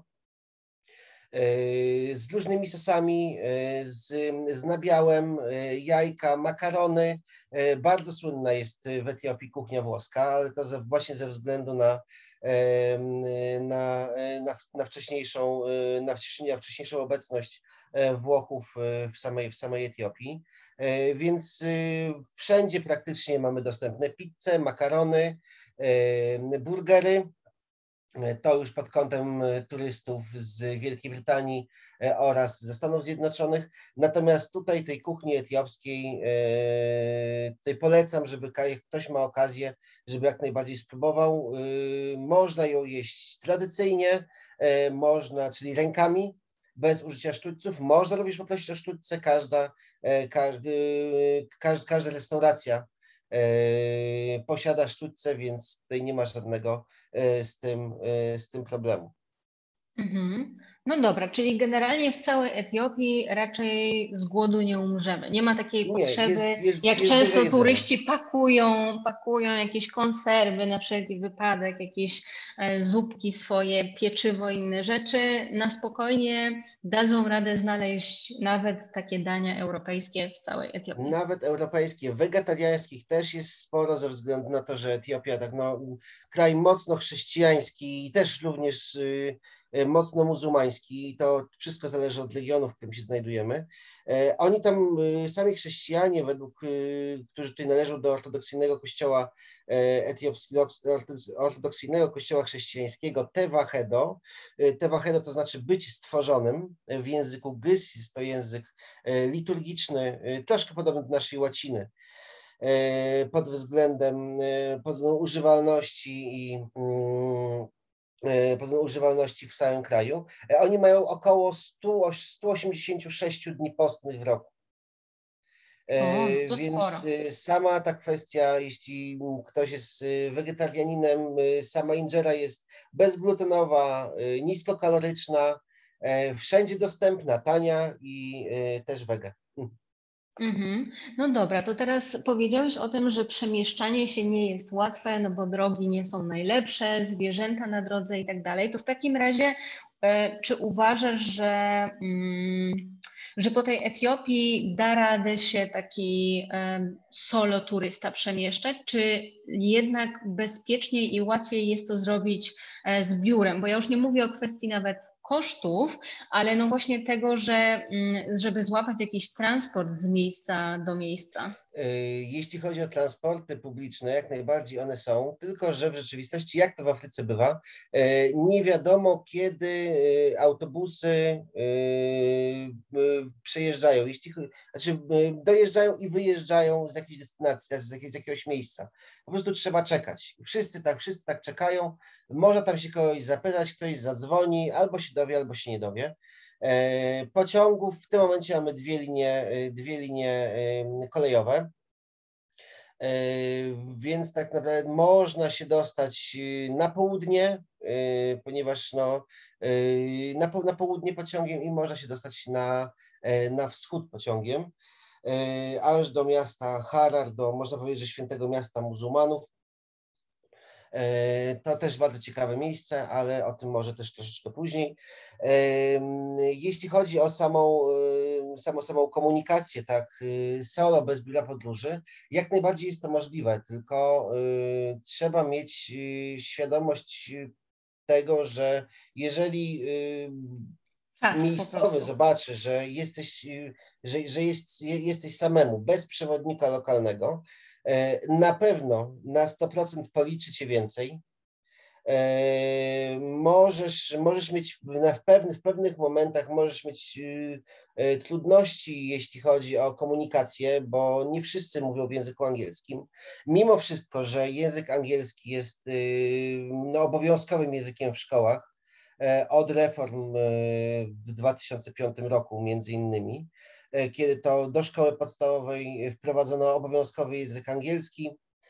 E, Z różnymi sosami, e, z, z nabiałem, e, jajka, makarony. E, Bardzo słynna jest w Etiopii kuchnia włoska, ale to ze, właśnie ze względu na, em, na, na, na, wcześniejszą, e, na, wcześniej- na wcześniejszą obecność e, Włochów e, w samej, w samej Etiopii. E, Więc e, wszędzie praktycznie mamy dostępne pizze, makarony, e, burgery. To już pod kątem e, turystów z Wielkiej Brytanii e, oraz ze Stanów Zjednoczonych. Natomiast tutaj tej kuchni etiopskiej e, tutaj polecam, żeby ka- jak ktoś ma okazję, żeby jak najbardziej spróbował. E, Można ją jeść tradycyjnie, e, można, czyli rękami, bez użycia sztućców. Można również poprosić o sztućce. Każda, e, każdy, każda, każda restauracja e, posiada sztućce, więc tutaj nie ma żadnego e, z tym, e, z tym problemu. Mhm. No dobra, czyli generalnie w całej Etiopii raczej z głodu nie umrzemy. Nie ma takiej Nie, potrzeby, jest, jest, jak jest dużo często jedzenia. turyści pakują, pakują jakieś konserwy na wszelki wypadek, jakieś e, zupki swoje, pieczywo, inne rzeczy. Na spokojnie dadzą radę znaleźć nawet takie dania europejskie w całej Etiopii. Nawet europejskie, wegetariańskich też jest sporo ze względu na to, że Etiopia, tak no, kraj mocno chrześcijański i też również y, y, mocno muzułmański. I to wszystko zależy od regionu, w którym się znajdujemy. E, Oni tam, y, sami chrześcijanie, według, y, którzy tutaj należą do ortodoksyjnego kościoła e, etiopskiego, ortodoksyjnego kościoła chrześcijańskiego Tewahedo. E, Tewahedo to znaczy być stworzonym. W języku Gys jest to język e, liturgiczny, e, troszkę podobny do naszej łaciny e, pod względem, e, pod względem używalności i mm, e, pod względem używalności w całym kraju. E, Oni mają około sto, sto osiemdziesiąt sześć dni postnych w roku. O, no E, to sporo. Więc e, sama ta kwestia, jeśli ktoś jest e, wegetarianinem, e, sama inżera jest bezglutenowa, e, niskokaloryczna, e, wszędzie dostępna, tania i e, też wege. Mhm. No dobra, to teraz powiedziałeś o tym, że przemieszczanie się nie jest łatwe, no bo drogi nie są najlepsze, zwierzęta na drodze i tak dalej. To w takim razie, e, czy uważasz, że, mm, że po tej Etiopii da radę się taki em, solo turysta przemieszczać, czy jednak bezpieczniej i łatwiej jest to zrobić e, z biurem? Bo ja już nie mówię o kwestii nawet kosztów, ale no właśnie tego, że mm, żeby złapać jakiś transport z miejsca do miejsca. E, Jeśli chodzi o transporty publiczne, jak najbardziej one są, tylko że w rzeczywistości, jak to w Afryce bywa, e, nie wiadomo, kiedy e, autobusy e, e, przejeżdżają, jeśli, znaczy e, dojeżdżają i wyjeżdżają z jakiejś destynacji, znaczy z jakiegoś, z jakiegoś miejsca. Po prostu trzeba czekać. Wszyscy tak, wszyscy tak czekają. Można tam się kogoś zapytać, ktoś zadzwoni, albo się dowie, albo się nie dowie. E, Pociągów w tym momencie mamy dwie linie, e, dwie linie e, kolejowe, e, więc tak naprawdę można się dostać e, na południe, e, ponieważ no, e, na, po- na południe pociągiem i można się dostać na, e, na wschód pociągiem, e, aż do miasta Harar, do, można powiedzieć, że świętego miasta muzułmanów. To też bardzo ciekawe miejsce, ale o tym może też troszeczkę później. Jeśli chodzi o samą, samą, samą komunikację, tak, solo, bez biura podróży, jak najbardziej jest to możliwe, tylko trzeba mieć świadomość tego, że jeżeli Czas po miejscowy prostu. zobaczy, że jesteś, że, że jest, jesteś samemu, bez przewodnika lokalnego, na pewno na sto procent policzy cię więcej. Możesz, możesz mieć na, w, pewnych, w pewnych momentach możesz mieć trudności, jeśli chodzi o komunikację, bo nie wszyscy mówią w języku angielskim. Mimo wszystko, że język angielski jest no, obowiązkowym językiem w szkołach od reform w dwa tysiące piątym roku między innymi, kiedy to do szkoły podstawowej wprowadzono obowiązkowy język angielski,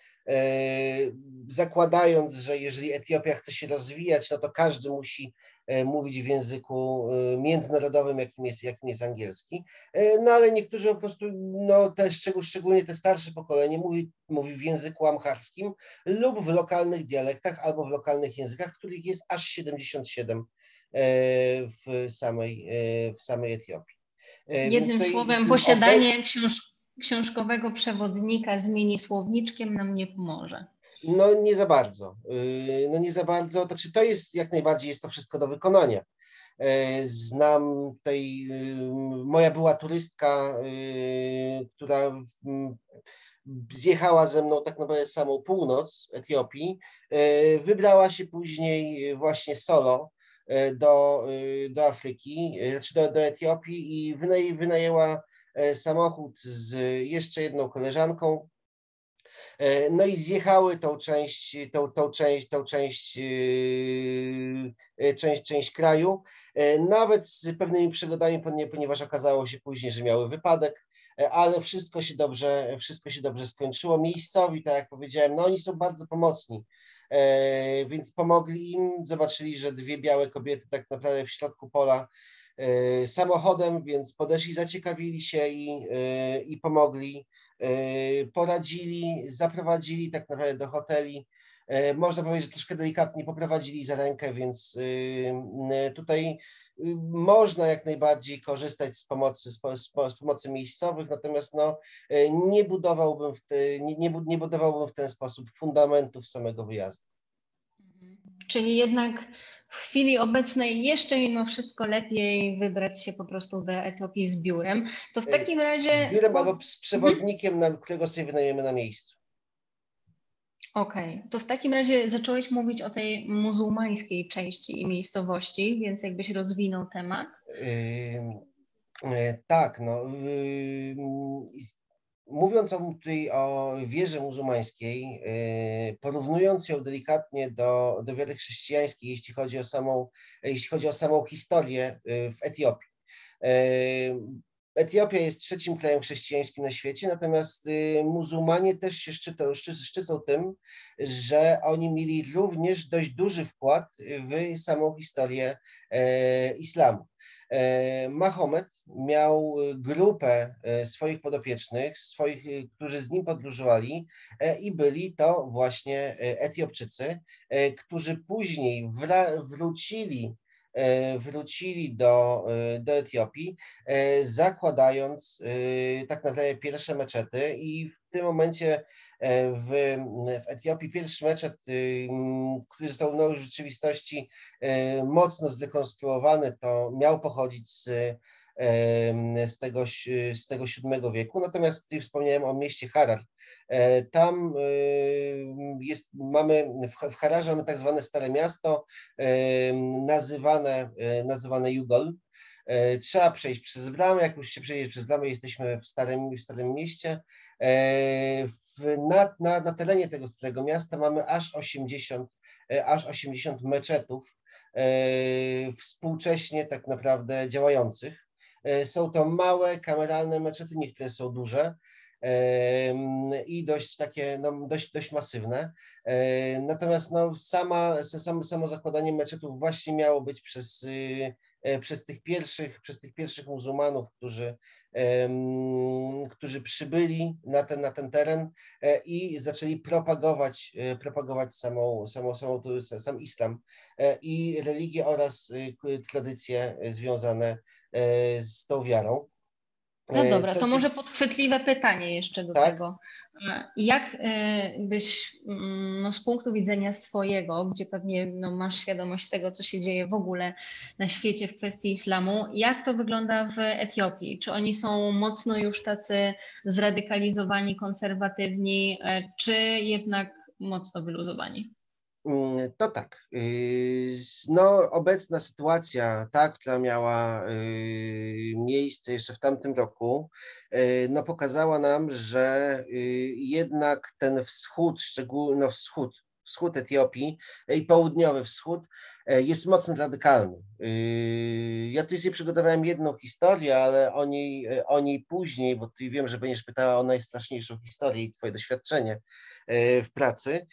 zakładając, że jeżeli Etiopia chce się rozwijać, no to każdy musi mówić w języku międzynarodowym, jakim jest, jakim jest angielski. No ale niektórzy po prostu, no te, szczególnie te starsze pokolenie mówi, mówi w języku amharskim lub w lokalnych dialektach albo w lokalnych językach, których jest aż siedemdziesiąt siedem w samej, w samej Etiopii. Jednym Więc słowem, posiadanie książ książkowego przewodnika z mini słowniczkiem nam nie pomoże. No nie za bardzo. No nie za bardzo. Znaczy to jest jak najbardziej jest to wszystko do wykonania. Znam tej, moja była turystka, która zjechała ze mną tak naprawdę samą północ Etiopii, wybrała się później właśnie solo do, do Afryki, znaczy do, do Etiopii i wynaj, wynajęła samochód z jeszcze jedną koleżanką. No i zjechały tą część, tą, tą część, tą część, część, część kraju, nawet z pewnymi przygodami, ponieważ okazało się później, że miały wypadek, ale wszystko się dobrze, wszystko się dobrze skończyło. Miejscowi, tak jak powiedziałem, no oni są bardzo pomocni, więc pomogli im, zobaczyli, że dwie białe kobiety tak naprawdę w środku pola samochodem, więc podeszli, zaciekawili się i, i pomogli, poradzili, zaprowadzili tak naprawdę do hoteli. Można powiedzieć, że troszkę delikatnie poprowadzili za rękę, więc tutaj można jak najbardziej korzystać z pomocy, z, z pomocy miejscowych, natomiast no, nie budowałbym w te, nie, nie, nie budowałbym w ten sposób fundamentów samego wyjazdu. Czyli jednak w chwili obecnej jeszcze mimo wszystko lepiej wybrać się po prostu do Etiopii z biurem. To w takim razie... Z biurem albo z przewodnikiem, hmm? na, którego sobie wynajmiemy na miejscu. Okej, okay. To w takim razie zacząłeś mówić o tej muzułmańskiej części miejscowości, więc jakbyś rozwinął temat. Yy, tak, no. Yy, mówiąc o, tutaj o wierze muzułmańskiej, yy, porównując ją delikatnie do, do wiary chrześcijańskiej, jeśli chodzi o samą, jeśli chodzi o samą historię yy, w Etiopii. Yy, Etiopia jest trzecim krajem chrześcijańskim na świecie, natomiast muzułmanie też się szczycą, szczycą tym, że oni mieli również dość duży wkład w samą historię islamu. Mahomet miał grupę swoich podopiecznych, swoich, którzy z nim podróżowali i byli to właśnie Etiopczycy, którzy później wrócili wrócili do, do Etiopii, zakładając tak naprawdę pierwsze meczety i w tym momencie w, w Etiopii pierwszy meczet, który został no, w rzeczywistości mocno zdekonstruowany, to miał pochodzić z z tego, z tego siódmego wieku. Natomiast tutaj wspomniałem o mieście Harar. Tam jest, mamy, w Hararze mamy tak zwane Stare Miasto, nazywane, nazywane Jugol. Trzeba przejść przez bramę, jak już się przejdzie przez bramę, jesteśmy w Starym, w Starym Mieście. W, na, na, na terenie tego Starego Miasta mamy aż osiemdziesiąt, aż osiemdziesiąt meczetów współcześnie tak naprawdę działających. Są to małe, kameralne meczety, niektóre są duże. i dość takie, no, dość, dość masywne. Natomiast no, sama, samo, samo zakładanie meczetów właśnie miało być przez, przez tych pierwszych, przez tych pierwszych muzułmanów, którzy, którzy przybyli na ten, na ten teren i zaczęli propagować, propagować samą, samą, samą, sam islam i religię oraz tradycje związane z tą wiarą. No dobra, Co to ci... może podchwytliwe pytanie jeszcze do tak? tego. Jak byś no, z punktu widzenia swojego, gdzie pewnie no, masz świadomość tego, co się dzieje w ogóle na świecie w kwestii islamu, jak to wygląda w Etiopii? Czy oni są mocno już tacy zradykalizowani, konserwatywni, czy jednak mocno wyluzowani? To tak, no obecna sytuacja, ta, która miała miejsce jeszcze w tamtym roku, no pokazała nam, że jednak ten wschód, szczególnie no wschód, wschód Etiopii i południowy wschód jest mocno radykalny. Ja tu sobie przygotowałem jedną historię, ale o niej, o niej później, bo tu wiem, że będziesz pytała o najstraszniejszą historię i twoje doświadczenie w pracy.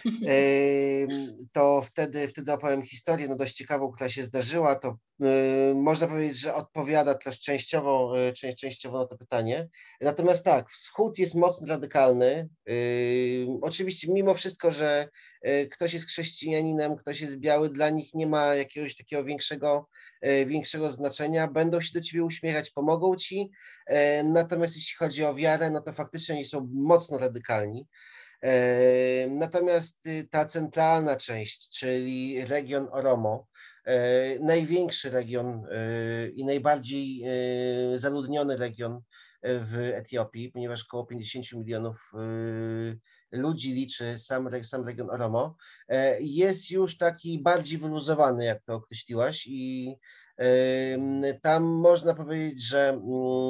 To wtedy, wtedy opowiem historię no dość ciekawą, która się zdarzyła. To y, można powiedzieć, że odpowiada też częściowo, y, częściowo na to pytanie. Natomiast tak, wschód jest mocno radykalny. Y, oczywiście mimo wszystko, że y, ktoś jest chrześcijaninem, ktoś jest biały, dla nich nie ma jakiegoś takiego większego, y, większego znaczenia. Będą się do ciebie uśmiechać, pomogą ci. Y, natomiast jeśli chodzi o wiarę, no to faktycznie oni są mocno radykalni. Natomiast ta centralna część, czyli region Oromo, największy region i najbardziej zaludniony region w Etiopii, ponieważ około pięćdziesiąt milionów ludzi liczy sam, sam region Oromo, jest już taki bardziej wyluzowany, jak to określiłaś, i tam można powiedzieć, że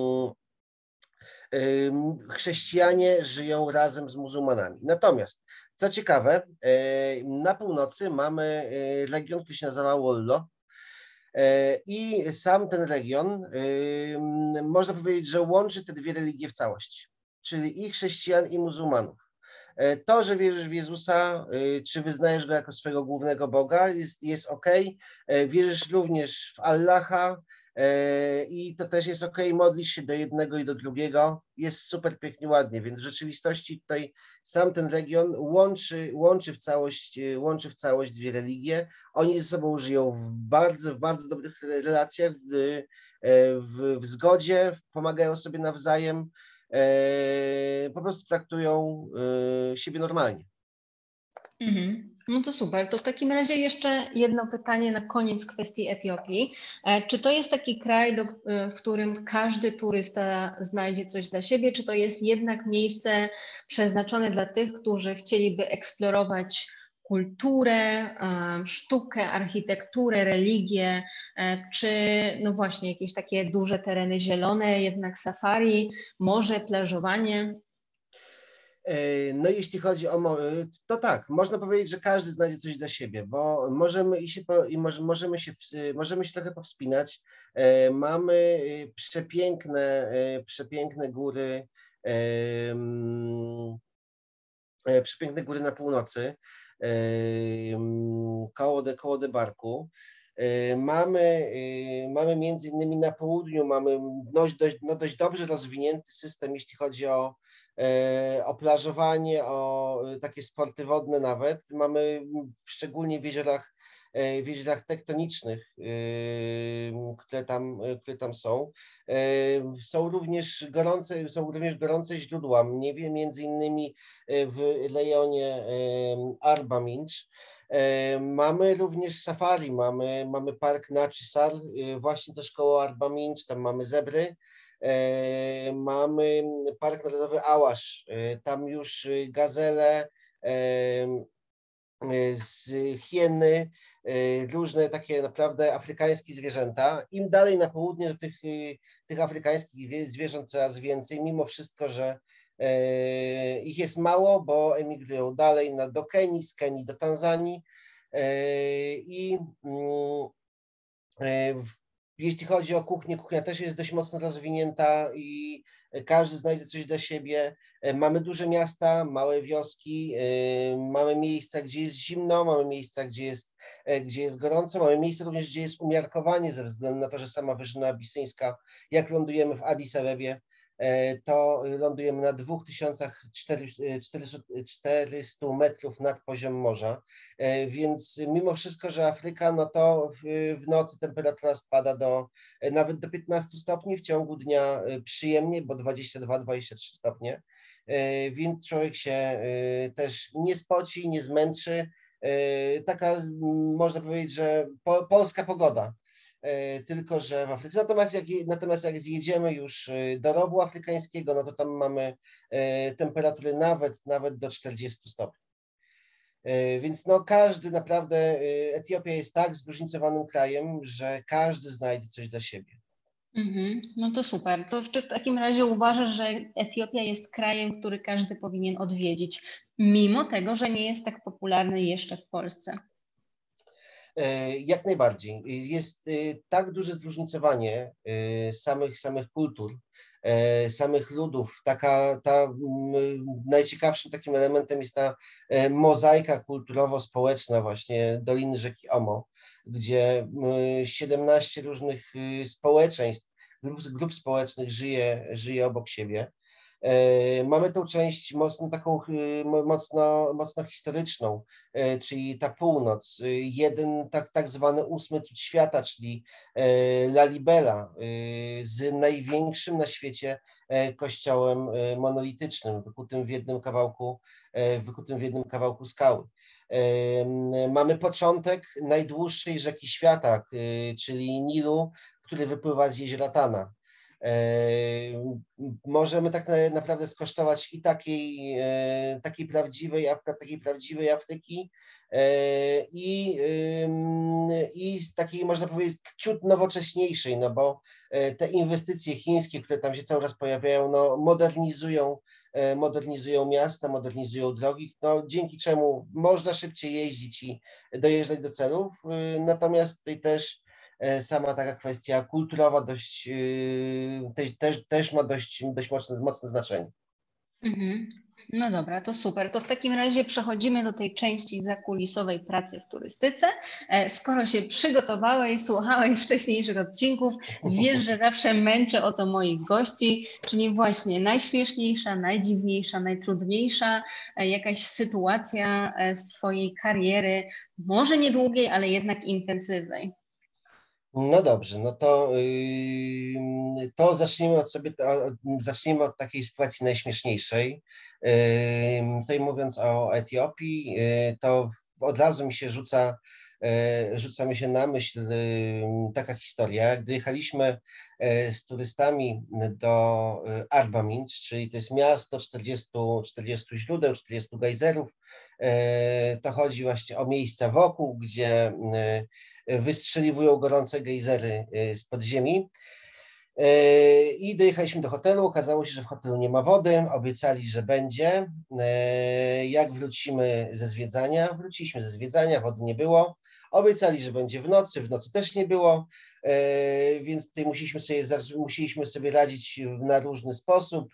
chrześcijanie żyją razem z muzułmanami. Natomiast, co ciekawe, na północy mamy region, który się nazywa Wollo, i sam ten region, można powiedzieć, że łączy te dwie religie w całości, czyli i chrześcijan, i muzułmanów. To, że wierzysz w Jezusa, czy wyznajesz Go jako swojego głównego Boga, jest, jest ok. Wierzysz również w Allaha, i to też jest ok, modlisz się do jednego i do drugiego, jest super pięknie, ładnie, więc w rzeczywistości tutaj sam ten region łączy, łączy, w całość, łączy w całość dwie religie. Oni ze sobą żyją w bardzo, w bardzo dobrych relacjach, w, w, w zgodzie, pomagają sobie nawzajem, po prostu traktują siebie normalnie. Mhm. No to super. To w takim razie jeszcze jedno pytanie na koniec kwestii Etiopii. Czy to jest taki kraj, do, w którym każdy turysta znajdzie coś dla siebie, czy to jest jednak miejsce przeznaczone dla tych, którzy chcieliby eksplorować kulturę, sztukę, architekturę, religię, czy no właśnie jakieś takie duże tereny zielone, jednak safari, morze, plażowanie? No jeśli chodzi o, to tak, można powiedzieć, że każdy znajdzie coś dla siebie, bo możemy i się, i możemy się, możemy się trochę powspinać. Mamy przepiękne, przepiękne góry, przepiękne góry na północy, koło, de, koło Debarku. Mamy, mamy między innymi na południu, mamy dość, dość, no dość dobrze rozwinięty system, jeśli chodzi o, o plażowanie, o takie sporty wodne nawet. Mamy szczególnie w jeziorach, w jeziorach tektonicznych, które tam, które tam są. Są również gorące, są również gorące źródła, nie wiem, między innymi w rejonie Arba Minch. Mamy również safari, mamy, mamy park Nachi-Sar, właśnie też koło Arba Minch, tam mamy zebry. Mamy Park Narodowy Awasz, tam już gazele, z hieny, różne takie naprawdę afrykańskie zwierzęta. Im dalej na południe do tych, tych afrykańskich zwierząt coraz więcej, mimo wszystko, że ich jest mało, bo emigrują dalej na, do Kenii, z Kenii do Tanzanii. I jeśli chodzi o kuchnię, kuchnia też jest dość mocno rozwinięta i każdy znajdzie coś dla siebie. Mamy duże miasta, małe wioski, mamy miejsca, gdzie jest zimno, mamy miejsca, gdzie jest, gdzie jest gorąco, mamy miejsca również, gdzie jest umiarkowanie ze względu na to, że sama Wyżyna Abisyńska, jak lądujemy w Addis Abebie, to lądujemy na dwa tysiące czterysta metrów nad poziom morza, więc mimo wszystko, że Afryka, no to w, w nocy temperatura spada do nawet do piętnastu stopni, w ciągu dnia przyjemnie, bo dwadzieścia dwa dwadzieścia trzy stopnie, więc człowiek się też nie spoci, nie zmęczy. Taka, można powiedzieć, że po, polska pogoda. Tylko że w Afryce. Natomiast jak, natomiast jak zjedziemy już do rowu afrykańskiego, no to tam mamy temperatury nawet, nawet do czterdziestu stopni. Więc no każdy naprawdę, Etiopia jest tak zróżnicowanym krajem, że każdy znajdzie coś dla siebie. Mhm, no to super. To czy w takim razie uważasz, że Etiopia jest krajem, który każdy powinien odwiedzić, mimo tego, że nie jest tak popularny jeszcze w Polsce? Jak najbardziej. Jest tak duże zróżnicowanie samych, samych kultur, samych ludów. Taka, ta, najciekawszym takim elementem jest ta mozaika kulturowo-społeczna właśnie Doliny Rzeki Omo, gdzie siedemnaście różnych społeczeństw, grup, grup społecznych żyje, żyje obok siebie. Mamy tą część mocno taką, mocno, mocno historyczną, czyli ta północ, jeden tak, tak zwany ósmy cud świata, czyli Lalibela, z największym na świecie kościołem monolitycznym, wykutym w jednym kawałku, wykutym w jednym kawałku skały. Mamy początek najdłuższej rzeki świata, czyli Nilu, który wypływa z jeziora Tana. Możemy tak naprawdę skosztować i takiej, takiej, prawdziwej, takiej prawdziwej Afryki i, i z takiej, można powiedzieć, ciut nowocześniejszej, no bo te inwestycje chińskie, które tam się cały czas pojawiają, no modernizują, modernizują miasta, modernizują drogi, no dzięki czemu można szybciej jeździć i dojeżdżać do celów, natomiast tutaj też sama taka kwestia kulturowa dość, też, też, też ma dość, dość mocne, mocne znaczenie. Mhm. No dobra, to super. To w takim razie przechodzimy do tej części zakulisowej pracy w turystyce. Skoro się przygotowałeś, słuchałeś wcześniejszych odcinków, wiesz, że zawsze męczę o to moich gości, czyli właśnie najśmieszniejsza, najdziwniejsza, najtrudniejsza jakaś sytuacja z Twojej kariery, może niedługiej, ale jednak intensywnej. No dobrze, no to, to zacznijmy od sobie, zacznijmy od takiej sytuacji najśmieszniejszej. Tutaj mówiąc o Etiopii, to od razu mi się rzuca, rzuca mi się na myśl taka historia, gdy jechaliśmy z turystami do Arbaminch, czyli to jest miasto czterdziestu, czterdziestu źródeł, czterdziestu gejzerów. To chodzi właśnie o miejsca wokół, gdzie wystrzeliwują gorące gejzery z podziemi. I dojechaliśmy do hotelu, okazało się, że w hotelu nie ma wody, obiecali, że będzie. Jak wrócimy ze zwiedzania, wróciliśmy ze zwiedzania, wody nie było. Obiecali, że będzie w nocy, w nocy też nie było, więc tutaj musieliśmy sobie, musieliśmy sobie radzić na różny sposób,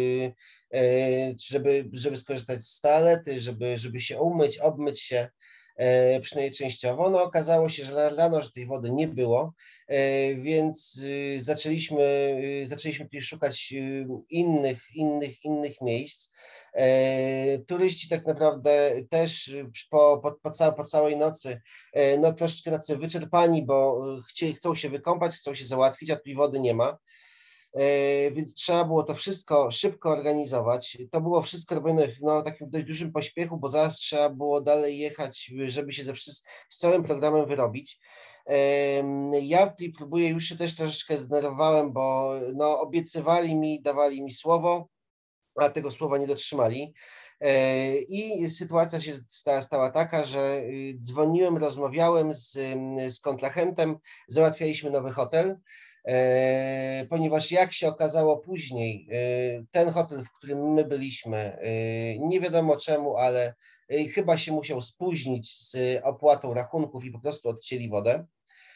żeby, żeby skorzystać z toalety, żeby, żeby się umyć, obmyć się. Przynajmniej częściowo. No okazało się, że rano, że tej wody nie było, więc zaczęliśmy, zaczęliśmy tutaj szukać innych, innych, innych miejsc. Turyści tak naprawdę też po, po, po, całej, po całej nocy, no troszeczkę tacy wyczerpani, bo chcie, chcą się wykąpać, chcą się załatwić, a tutaj wody nie ma. Więc trzeba było to wszystko szybko organizować. To było wszystko robione w no, takim dość dużym pośpiechu, bo zaraz trzeba było dalej jechać, żeby się ze wszystkim, z całym programem wyrobić. Ja tutaj próbuję, już się też troszeczkę zdenerwowałem, bo no, obiecywali mi, dawali mi słowo, a tego słowa nie dotrzymali. I sytuacja się stała, stała taka, że dzwoniłem, rozmawiałem z, z kontrahentem, załatwialiśmy nowy hotel. Ponieważ jak się okazało później, ten hotel, w którym my byliśmy, nie wiadomo czemu, ale chyba się musiał spóźnić z opłatą rachunków i po prostu odcięli wodę.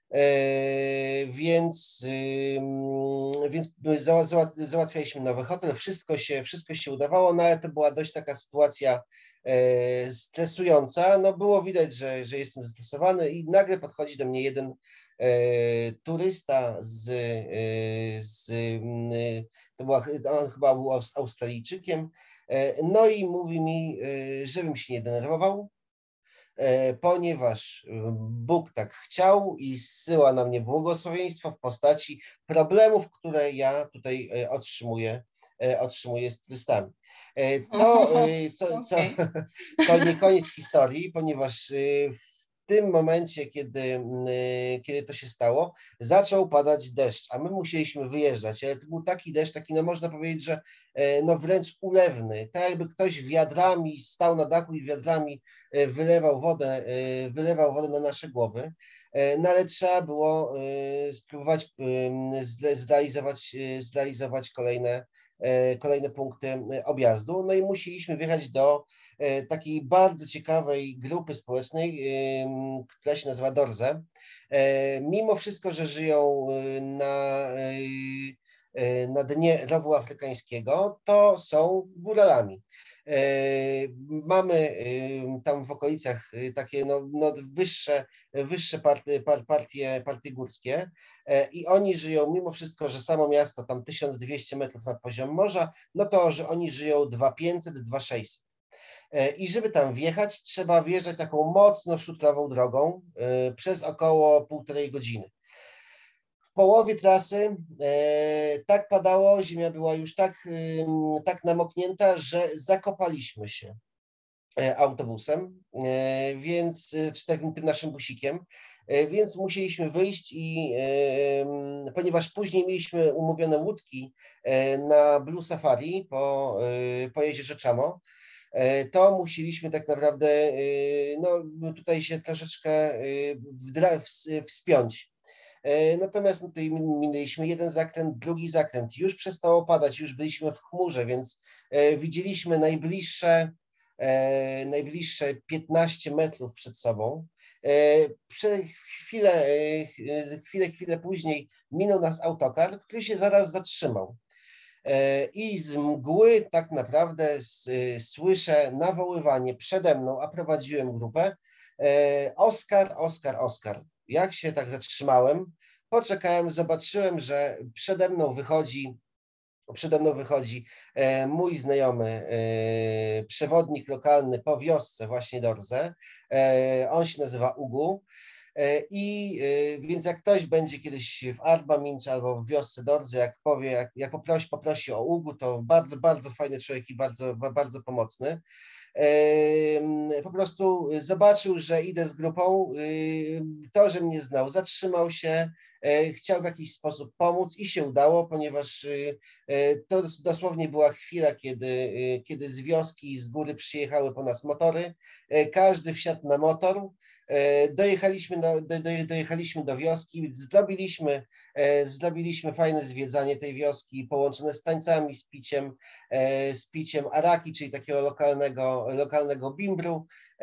Więc, więc załatwialiśmy nowy hotel, wszystko się, wszystko się udawało, no ale to była dość taka sytuacja stresująca. No było widać, że, że jestem zestresowany i nagle podchodzi do mnie jeden turysta z, z to była, on chyba był Australijczykiem, no i mówi mi, żebym się nie denerwował, ponieważ Bóg tak chciał i zsyła na mnie błogosławieństwo w postaci problemów, które ja tutaj otrzymuję, otrzymuję z turystami. Co, co, co nie koniec historii, ponieważ w tym momencie, kiedy, kiedy to się stało, zaczął padać deszcz, a my musieliśmy wyjeżdżać, ale to był taki deszcz, taki, no można powiedzieć, że no wręcz ulewny, tak jakby ktoś wiadrami stał na dachu i wiadrami wylewał wodę, wylewał wodę na nasze głowy, no ale trzeba było spróbować zrealizować, zrealizować kolejne, kolejne punkty objazdu, no i musieliśmy wjechać do takiej bardzo ciekawej grupy społecznej, która się nazywa Dorze. Mimo wszystko, że żyją na, na dnie rowu afrykańskiego, to są góralami. Mamy tam w okolicach takie no, no wyższe, wyższe partie, partie, partie górskie i oni żyją, mimo wszystko, że samo miasto tam tysiąc dwieście metrów nad poziomem morza, no to, że oni żyją dwa tysiące pięćset, dwa tysiące sześćset. I żeby tam wjechać, trzeba wjeżdżać taką mocno szutrową drogą przez około półtorej godziny. W połowie trasy tak padało, ziemia była już tak, tak namoknięta, że zakopaliśmy się autobusem, więc, czy takim tym naszym busikiem, więc musieliśmy wyjść i ponieważ później mieliśmy umówione łódki na Blue Safari po, po jeziorze Chamo, to musieliśmy tak naprawdę no, tutaj się troszeczkę wspiąć. Natomiast no, tutaj minęliśmy jeden zakręt, drugi zakręt, już przestało padać, już byliśmy w chmurze, więc widzieliśmy najbliższe, najbliższe piętnaście metrów przed sobą. Przez chwilę, chwilę, chwilę później minął nas autokar, który się zaraz zatrzymał. I z mgły tak naprawdę słyszę nawoływanie przede mną, a prowadziłem grupę: Oskar, Oskar, Oskar. Jak się tak zatrzymałem, poczekałem, zobaczyłem, że przede mną wychodzi, przede mną wychodzi mój znajomy przewodnik lokalny po wiosce właśnie Dorze. On się nazywa Ugu. I więc jak ktoś będzie kiedyś w Arba Minch albo w wiosce Dorze, jak powie, jak, jak poprosi, poprosi o Ugu, to bardzo, bardzo fajny człowiek i bardzo, bardzo pomocny. Po prostu zobaczył, że idę z grupą, to, że mnie znał, zatrzymał się, chciał w jakiś sposób pomóc i się udało, ponieważ to dosłownie była chwila, kiedy, kiedy z wioski i z góry przyjechały po nas motory, każdy wsiadł na motor. Dojechaliśmy do, do, dojechaliśmy do wioski, zrobiliśmy, zrobiliśmy fajne zwiedzanie tej wioski połączone z tańcami, z piciem, z piciem araki, czyli takiego lokalnego, lokalnego bimbru,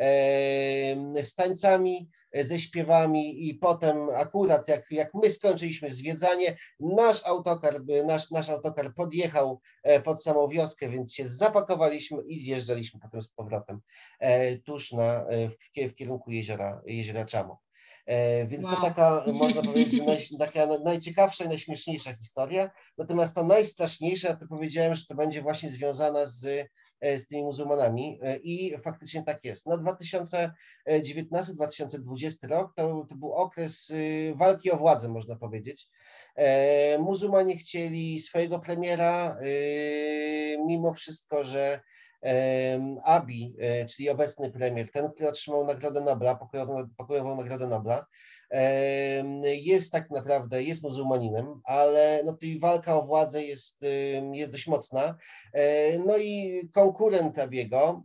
z tańcami, ze śpiewami i potem akurat jak, jak my skończyliśmy zwiedzanie, nasz autokar, nasz, nasz autokar podjechał pod samą wioskę, więc się zapakowaliśmy i zjeżdżaliśmy potem z powrotem tuż na, w, w kierunku jeziora, jeziora Chamo. Więc wow. To taka, można powiedzieć, że naj, taka najciekawsza i najśmieszniejsza historia. Natomiast ta najstraszniejsza, to powiedziałem, że to będzie właśnie związana z, z tymi muzułmanami i faktycznie tak jest. No dwa tysiące dziewiętnasty dwa tysiące dwudziesty rok to, to był okres walki o władzę, można powiedzieć. Muzułmanie chcieli swojego premiera, mimo wszystko, że Abiy, czyli obecny premier, ten, który otrzymał Nagrodę Nobla, pokojową, pokojową Nagrodę Nobla, jest tak naprawdę, jest muzułmaninem, ale no tutaj walka o władzę jest, jest dość mocna. No i konkurent Abiego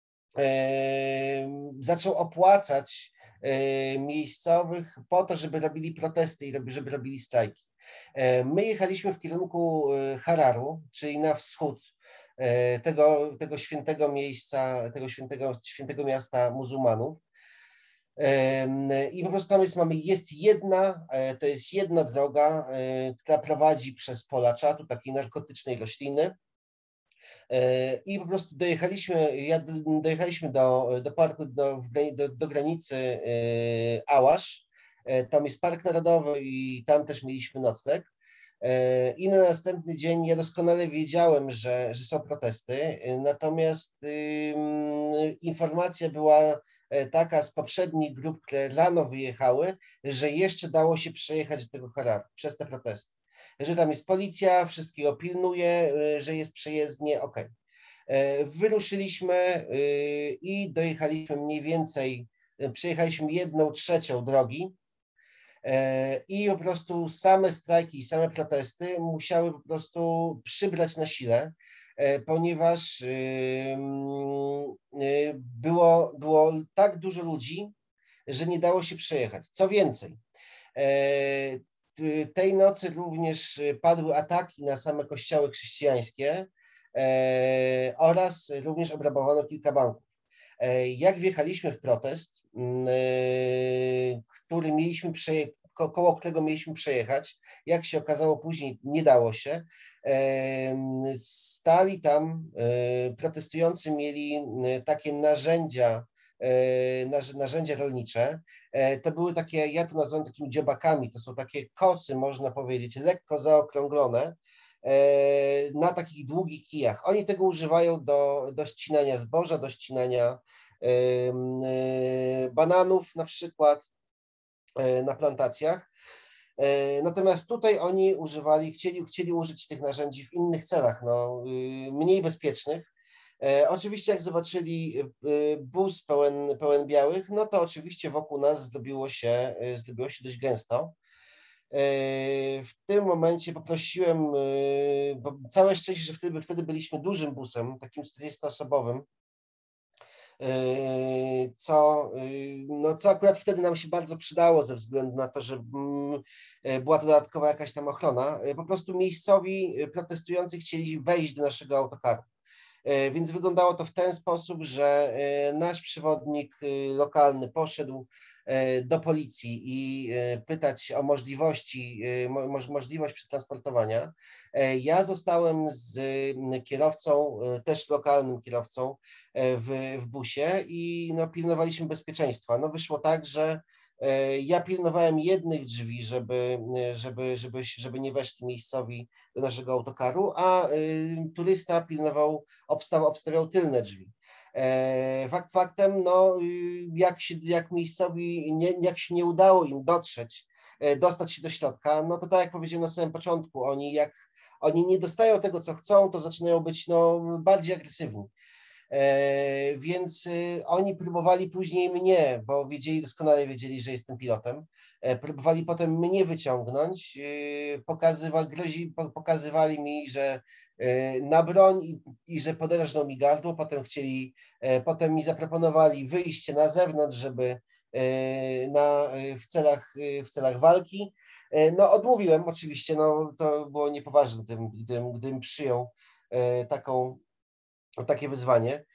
zaczął opłacać miejscowych po to, żeby robili protesty i żeby robili strajki. My jechaliśmy w kierunku Hararu, czyli na wschód tego, tego świętego miejsca, tego świętego, świętego miasta muzułmanów. I po prostu tam jest, mamy, jest jedna, to jest jedna droga, która prowadzi przez pola czatu, takiej narkotycznej rośliny. I po prostu dojechaliśmy, ja, dojechaliśmy do, do parku, do, do, do granicy Ałasz. Tam jest park narodowy i tam też mieliśmy nocleg. I na następny dzień ja doskonale wiedziałem, że, że są protesty, natomiast um, informacja była taka z poprzednich grup, które rano wyjechały, że jeszcze dało się przejechać do tego Hararu przez te protesty. Że tam jest policja, wszystkiego pilnuje, że jest przejezdnie, ok. Wyruszyliśmy i dojechaliśmy mniej więcej, przejechaliśmy jedną trzecią drogi i po prostu same strajki i same protesty musiały po prostu przybrać na sile, ponieważ było, było tak dużo ludzi, że nie dało się przejechać. Co więcej, tej nocy również padły ataki na same kościoły chrześcijańskie oraz również obrabowano kilka banków. Jak wjechaliśmy w protest, który mieliśmy przejechać, koło którego mieliśmy przejechać, jak się okazało później, nie dało się. Stali tam, protestujący mieli takie narzędzia, narzędzia rolnicze. To były takie, ja to nazywam takimi dziobakami, to są takie kosy, można powiedzieć, lekko zaokrąglone, na takich długich kijach. Oni tego używają do, do ścinania zboża, do ścinania bananów na przykład na plantacjach. Natomiast tutaj oni używali, chcieli, chcieli użyć tych narzędzi w innych celach, no, mniej bezpiecznych. Oczywiście jak zobaczyli bus pełen, pełen białych, no to oczywiście wokół nas zrobiło się, zrobiło się dość gęsto. W tym momencie poprosiłem, bo całe szczęście, że wtedy, wtedy byliśmy dużym busem, takim czterdziestoosobowym, co, no, co akurat wtedy nam się bardzo przydało ze względu na to, że była to dodatkowa jakaś tam ochrona. Po prostu miejscowi protestujący chcieli wejść do naszego autokaru. Więc wyglądało to w ten sposób, że nasz przewodnik lokalny poszedł do policji i pytać o możliwości, możliwość przetransportowania. Ja zostałem z kierowcą, też lokalnym kierowcą w, w busie i no, pilnowaliśmy bezpieczeństwa. No, wyszło tak, że ja pilnowałem jednych drzwi, żeby, żeby, żeby, żeby nie weszli miejscowi do naszego autokaru, a turysta pilnował, obstawiał, obstawiał tylne drzwi. Fakt faktem, no, jak, się, jak miejscowi, nie, jak się nie udało im dotrzeć, dostać się do środka, no to tak jak powiedziałem na samym początku, oni jak oni nie dostają tego, co chcą, to zaczynają być no, bardziej agresywni. E, więc y, oni próbowali później mnie, bo wiedzieli, doskonale wiedzieli, że jestem pilotem, e, próbowali potem mnie wyciągnąć, y, pokazywa, grozi, po, pokazywali mi, że y, na broń i, i że poderżną mi gardło, potem chcieli, e, potem mi zaproponowali wyjście na zewnątrz, żeby e, na, w, celach, w celach walki. E, no odmówiłem oczywiście, no to było niepoważne, gdybym, gdybym, gdybym przyjął e, taką takie wyzwanie.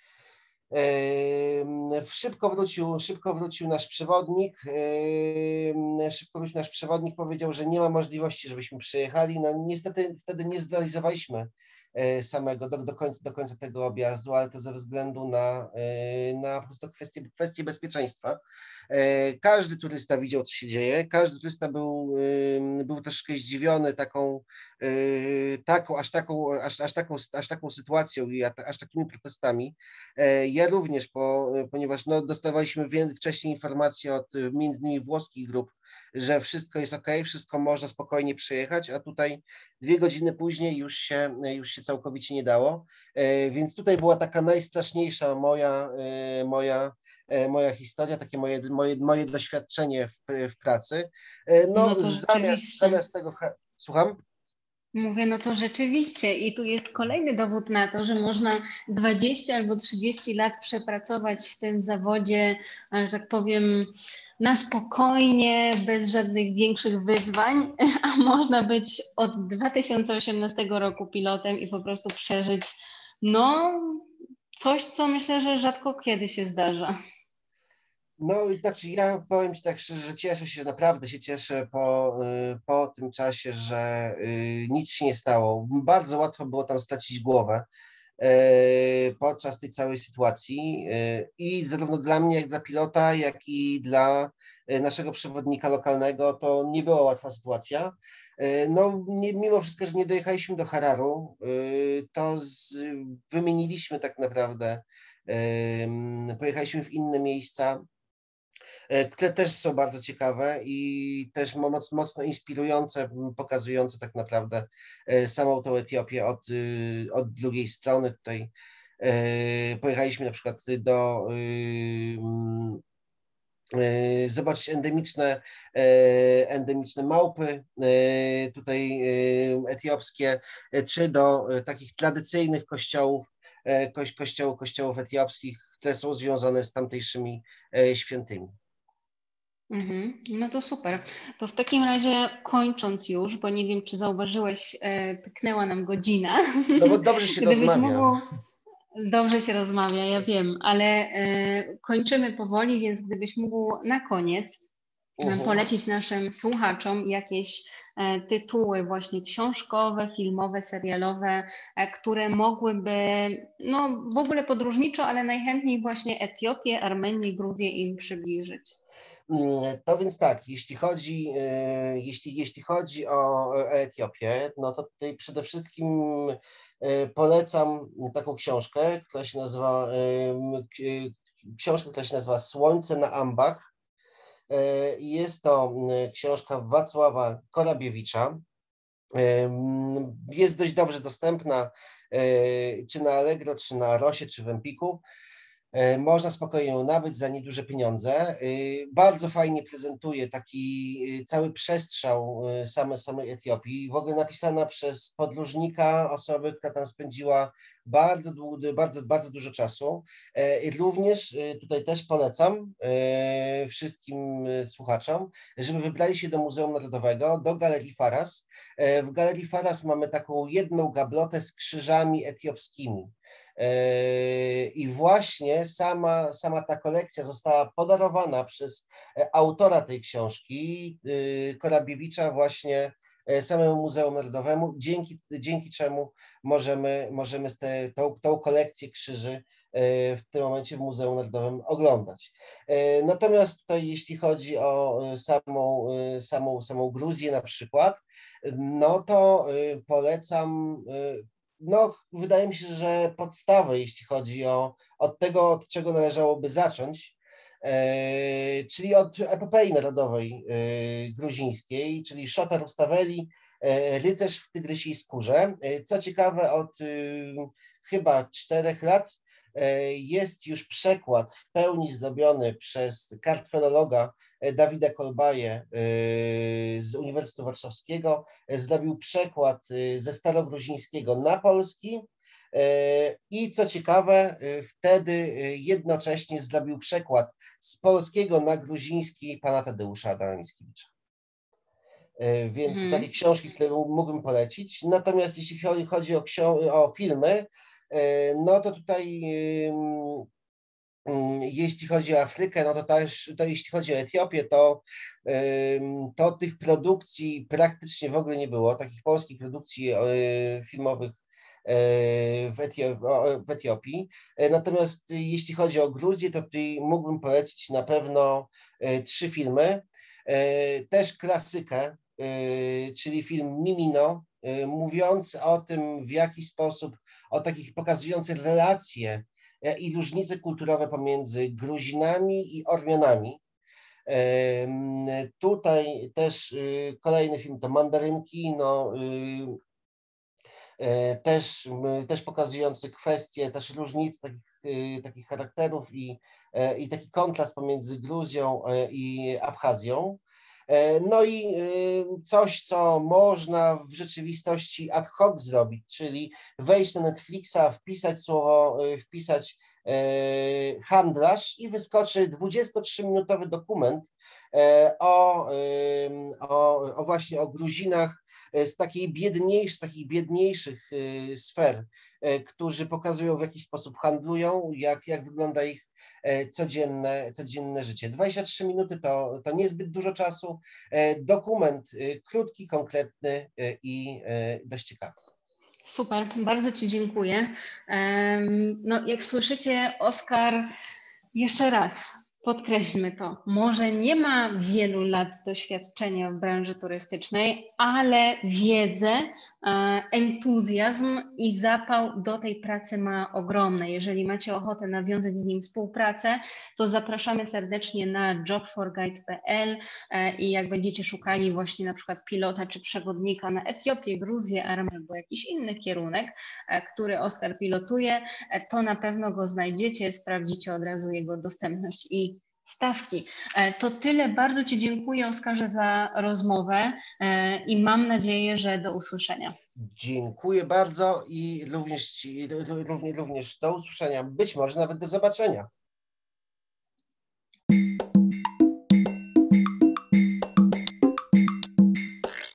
Szybko wrócił, szybko wrócił nasz przewodnik, szybko wrócił nasz przewodnik, powiedział, że nie ma możliwości, żebyśmy przyjechali. No niestety wtedy nie zrealizowaliśmy samego do, do, końca, do końca tego objazdu, ale to ze względu na, na po prostu kwestie, kwestie bezpieczeństwa. Każdy turysta widział, co się dzieje, każdy turysta był, był troszkę zdziwiony taką, taką, aż taką, aż, aż taką, aż taką sytuacją i aż takimi protestami. Ja również, po, ponieważ no, dostawaliśmy wcześniej informacje od między innymi włoskich grup, że wszystko jest ok, wszystko można spokojnie przejechać, a tutaj dwie godziny później już się, już się całkowicie nie dało. Więc tutaj była taka najstraszniejsza moja, moja, moja historia, takie moje, moje, moje doświadczenie w, w pracy. No, No to zamiast, rzeczywiście. zamiast tego... Słucham? Mówię, no to rzeczywiście i tu jest kolejny dowód na to, że można dwadzieścia albo trzydzieści lat przepracować w tym zawodzie, że tak powiem, na spokojnie, bez żadnych większych wyzwań, a można być od dwa tysiące osiemnastego roku pilotem i po prostu przeżyć no coś, co myślę, że rzadko kiedy się zdarza. No i znaczy ja powiem Ci tak szczerze, że cieszę się, naprawdę się cieszę po, y, po tym czasie, że y, nic się nie stało. Bardzo łatwo było tam stracić głowę y, podczas tej całej sytuacji y, i zarówno dla mnie, jak dla pilota, jak i dla y, naszego przewodnika lokalnego to nie była łatwa sytuacja. Y, No, nie, mimo wszystko, że nie dojechaliśmy do Hararu, y, to z, wymieniliśmy tak naprawdę, y, pojechaliśmy w inne miejsca, e, które też są bardzo ciekawe i też moc, mocno inspirujące, m, pokazujące tak naprawdę e, samą tą Etiopię od, y, od drugiej strony. Tutaj e, pojechaliśmy na przykład do y, mm, e, zobaczyć endemiczne, e, endemiczne małpy e, tutaj e, etiopskie, e, czy do e, takich tradycyjnych kościołów, e, koś, kościoł, kościołów etiopskich, które są związane z tamtejszymi e, świętymi. Mhm. No to super. To w takim razie kończąc już, bo nie wiem, czy zauważyłeś, e, pyknęła nam godzina. No bo dobrze się Gdybyś rozmawia. mógł, dobrze się rozmawia, ja wiem, ale e, kończymy powoli, więc gdybyś mógł na koniec e, Mhm. polecić naszym słuchaczom jakieś e, tytuły właśnie książkowe, filmowe, serialowe, e, które mogłyby, no w ogóle podróżniczo, ale najchętniej właśnie Etiopię, Armenię, Gruzję im przybliżyć. Mm, To więc tak, jeśli chodzi, e, jeśli, jeśli chodzi o Etiopię, no to tutaj przede wszystkim e, polecam taką książkę, która się nazywa, e, m, k- e, książka, która się nazywa Słońce na Ambach. E, i Jest to m, książka Wacława Korabiewicza. Em, Jest dość dobrze dostępna, e, czy na Allegro, czy na Rosie, czy w Empiku. E, Można spokojnie ją nabyć za nieduże pieniądze. E, Bardzo fajnie prezentuje taki e, cały przestrzał e, same, samej Etiopii. W ogóle napisana przez podróżnika, osobę, która tam spędziła bardzo, dłu- bardzo, bardzo dużo czasu. E, I również e, tutaj też polecam e, wszystkim e, słuchaczom, żeby wybrali się do Muzeum Narodowego, do Galerii Faras. E, W Galerii Faras mamy taką jedną gablotę z krzyżami etiopskimi. I właśnie sama, sama ta kolekcja została podarowana przez e, autora tej książki, y, Korabiewicza, właśnie e, samemu Muzeum Narodowemu, dzięki, dzięki czemu możemy, możemy te, tą, tą kolekcję krzyży e, w tym momencie w Muzeum Narodowym oglądać. E, Natomiast tutaj, jeśli chodzi o e, samą, e, samą, samą Gruzję na przykład, no to e, polecam e, no, wydaje mi się, że podstawę, jeśli chodzi o od tego, od czego należałoby zacząć, e, czyli od epopei narodowej e, gruzińskiej, czyli Szota Rustaveli, e, Rycerz w tygrysiej skórze. E, co ciekawe, od e, chyba czterech lat e, jest już przekład w pełni zrobiony przez kartfelologa e, Dawida Kolbaję e, z Uniwersytetu Warszawskiego. Zrobił przekład y, ze starogruzińskiego na polski y, i co ciekawe, y, wtedy y, jednocześnie zrobił przekład z polskiego na gruziński pana Tadeusza Adama Mickiewicza. Y, Więc to takie Mhm. książki, które mógłbym polecić. Natomiast jeśli chodzi chodzi o, ksio- o filmy, y, no to tutaj ym, Mm, jeśli chodzi o Afrykę, no to też, to jeśli chodzi o Etiopię, to, ym, to tych produkcji praktycznie w ogóle nie było, takich polskich produkcji y, filmowych y, w, Etio- o- w Etiopii. E, Natomiast jeśli chodzi o Gruzję, to tutaj mógłbym polecić na pewno y, trzy filmy. E, Też klasykę, y, czyli film Mimino, y, mówiący o tym, w jaki sposób, o takich pokazujących relacje e, i różnice kulturowe pomiędzy Gruzinami i Ormianami. Em, Tutaj też y, kolejny film to Mandarynki, no, y, e, też, m, też pokazujący kwestie, też różnic takich, y, takich charakterów i, e, i taki kontrast pomiędzy Gruzją e, i Abchazją. E, No i y, coś, co można w rzeczywistości ad hoc zrobić, czyli wejść na Netflixa, wpisać słowo, y, wpisać e, handlarz i wyskoczy dwudziestotrzyminutowy dokument e, o, ym, o, o właśnie o Gruzinach e, z takiej biedniejszych, z takich biedniejszych e, sfer, e, którzy pokazują, w jaki sposób handlują, jak, jak wygląda ich codzienne, codzienne życie. dwadzieścia trzy minuty to, to niezbyt dużo czasu. Dokument krótki, konkretny i dość ciekawy. Super, bardzo Ci dziękuję. No, jak słyszycie, Oskar, jeszcze raz podkreślmy to, może nie ma wielu lat doświadczenia w branży turystycznej, ale wiedzę, entuzjazm i zapał do tej pracy ma ogromny. Jeżeli macie ochotę nawiązać z nim współpracę, to zapraszamy serdecznie na job for guide kropka p l i jak będziecie szukali właśnie na przykład pilota czy przewodnika na Etiopię, Gruzję, Armenię albo jakiś inny kierunek, który Oskar pilotuje, to na pewno go znajdziecie, sprawdzicie od razu jego dostępność i stawki. To tyle. Bardzo Ci dziękuję, Oskarze, za rozmowę i mam nadzieję, że do usłyszenia. Dziękuję bardzo i również, również, również do usłyszenia, być może nawet do zobaczenia.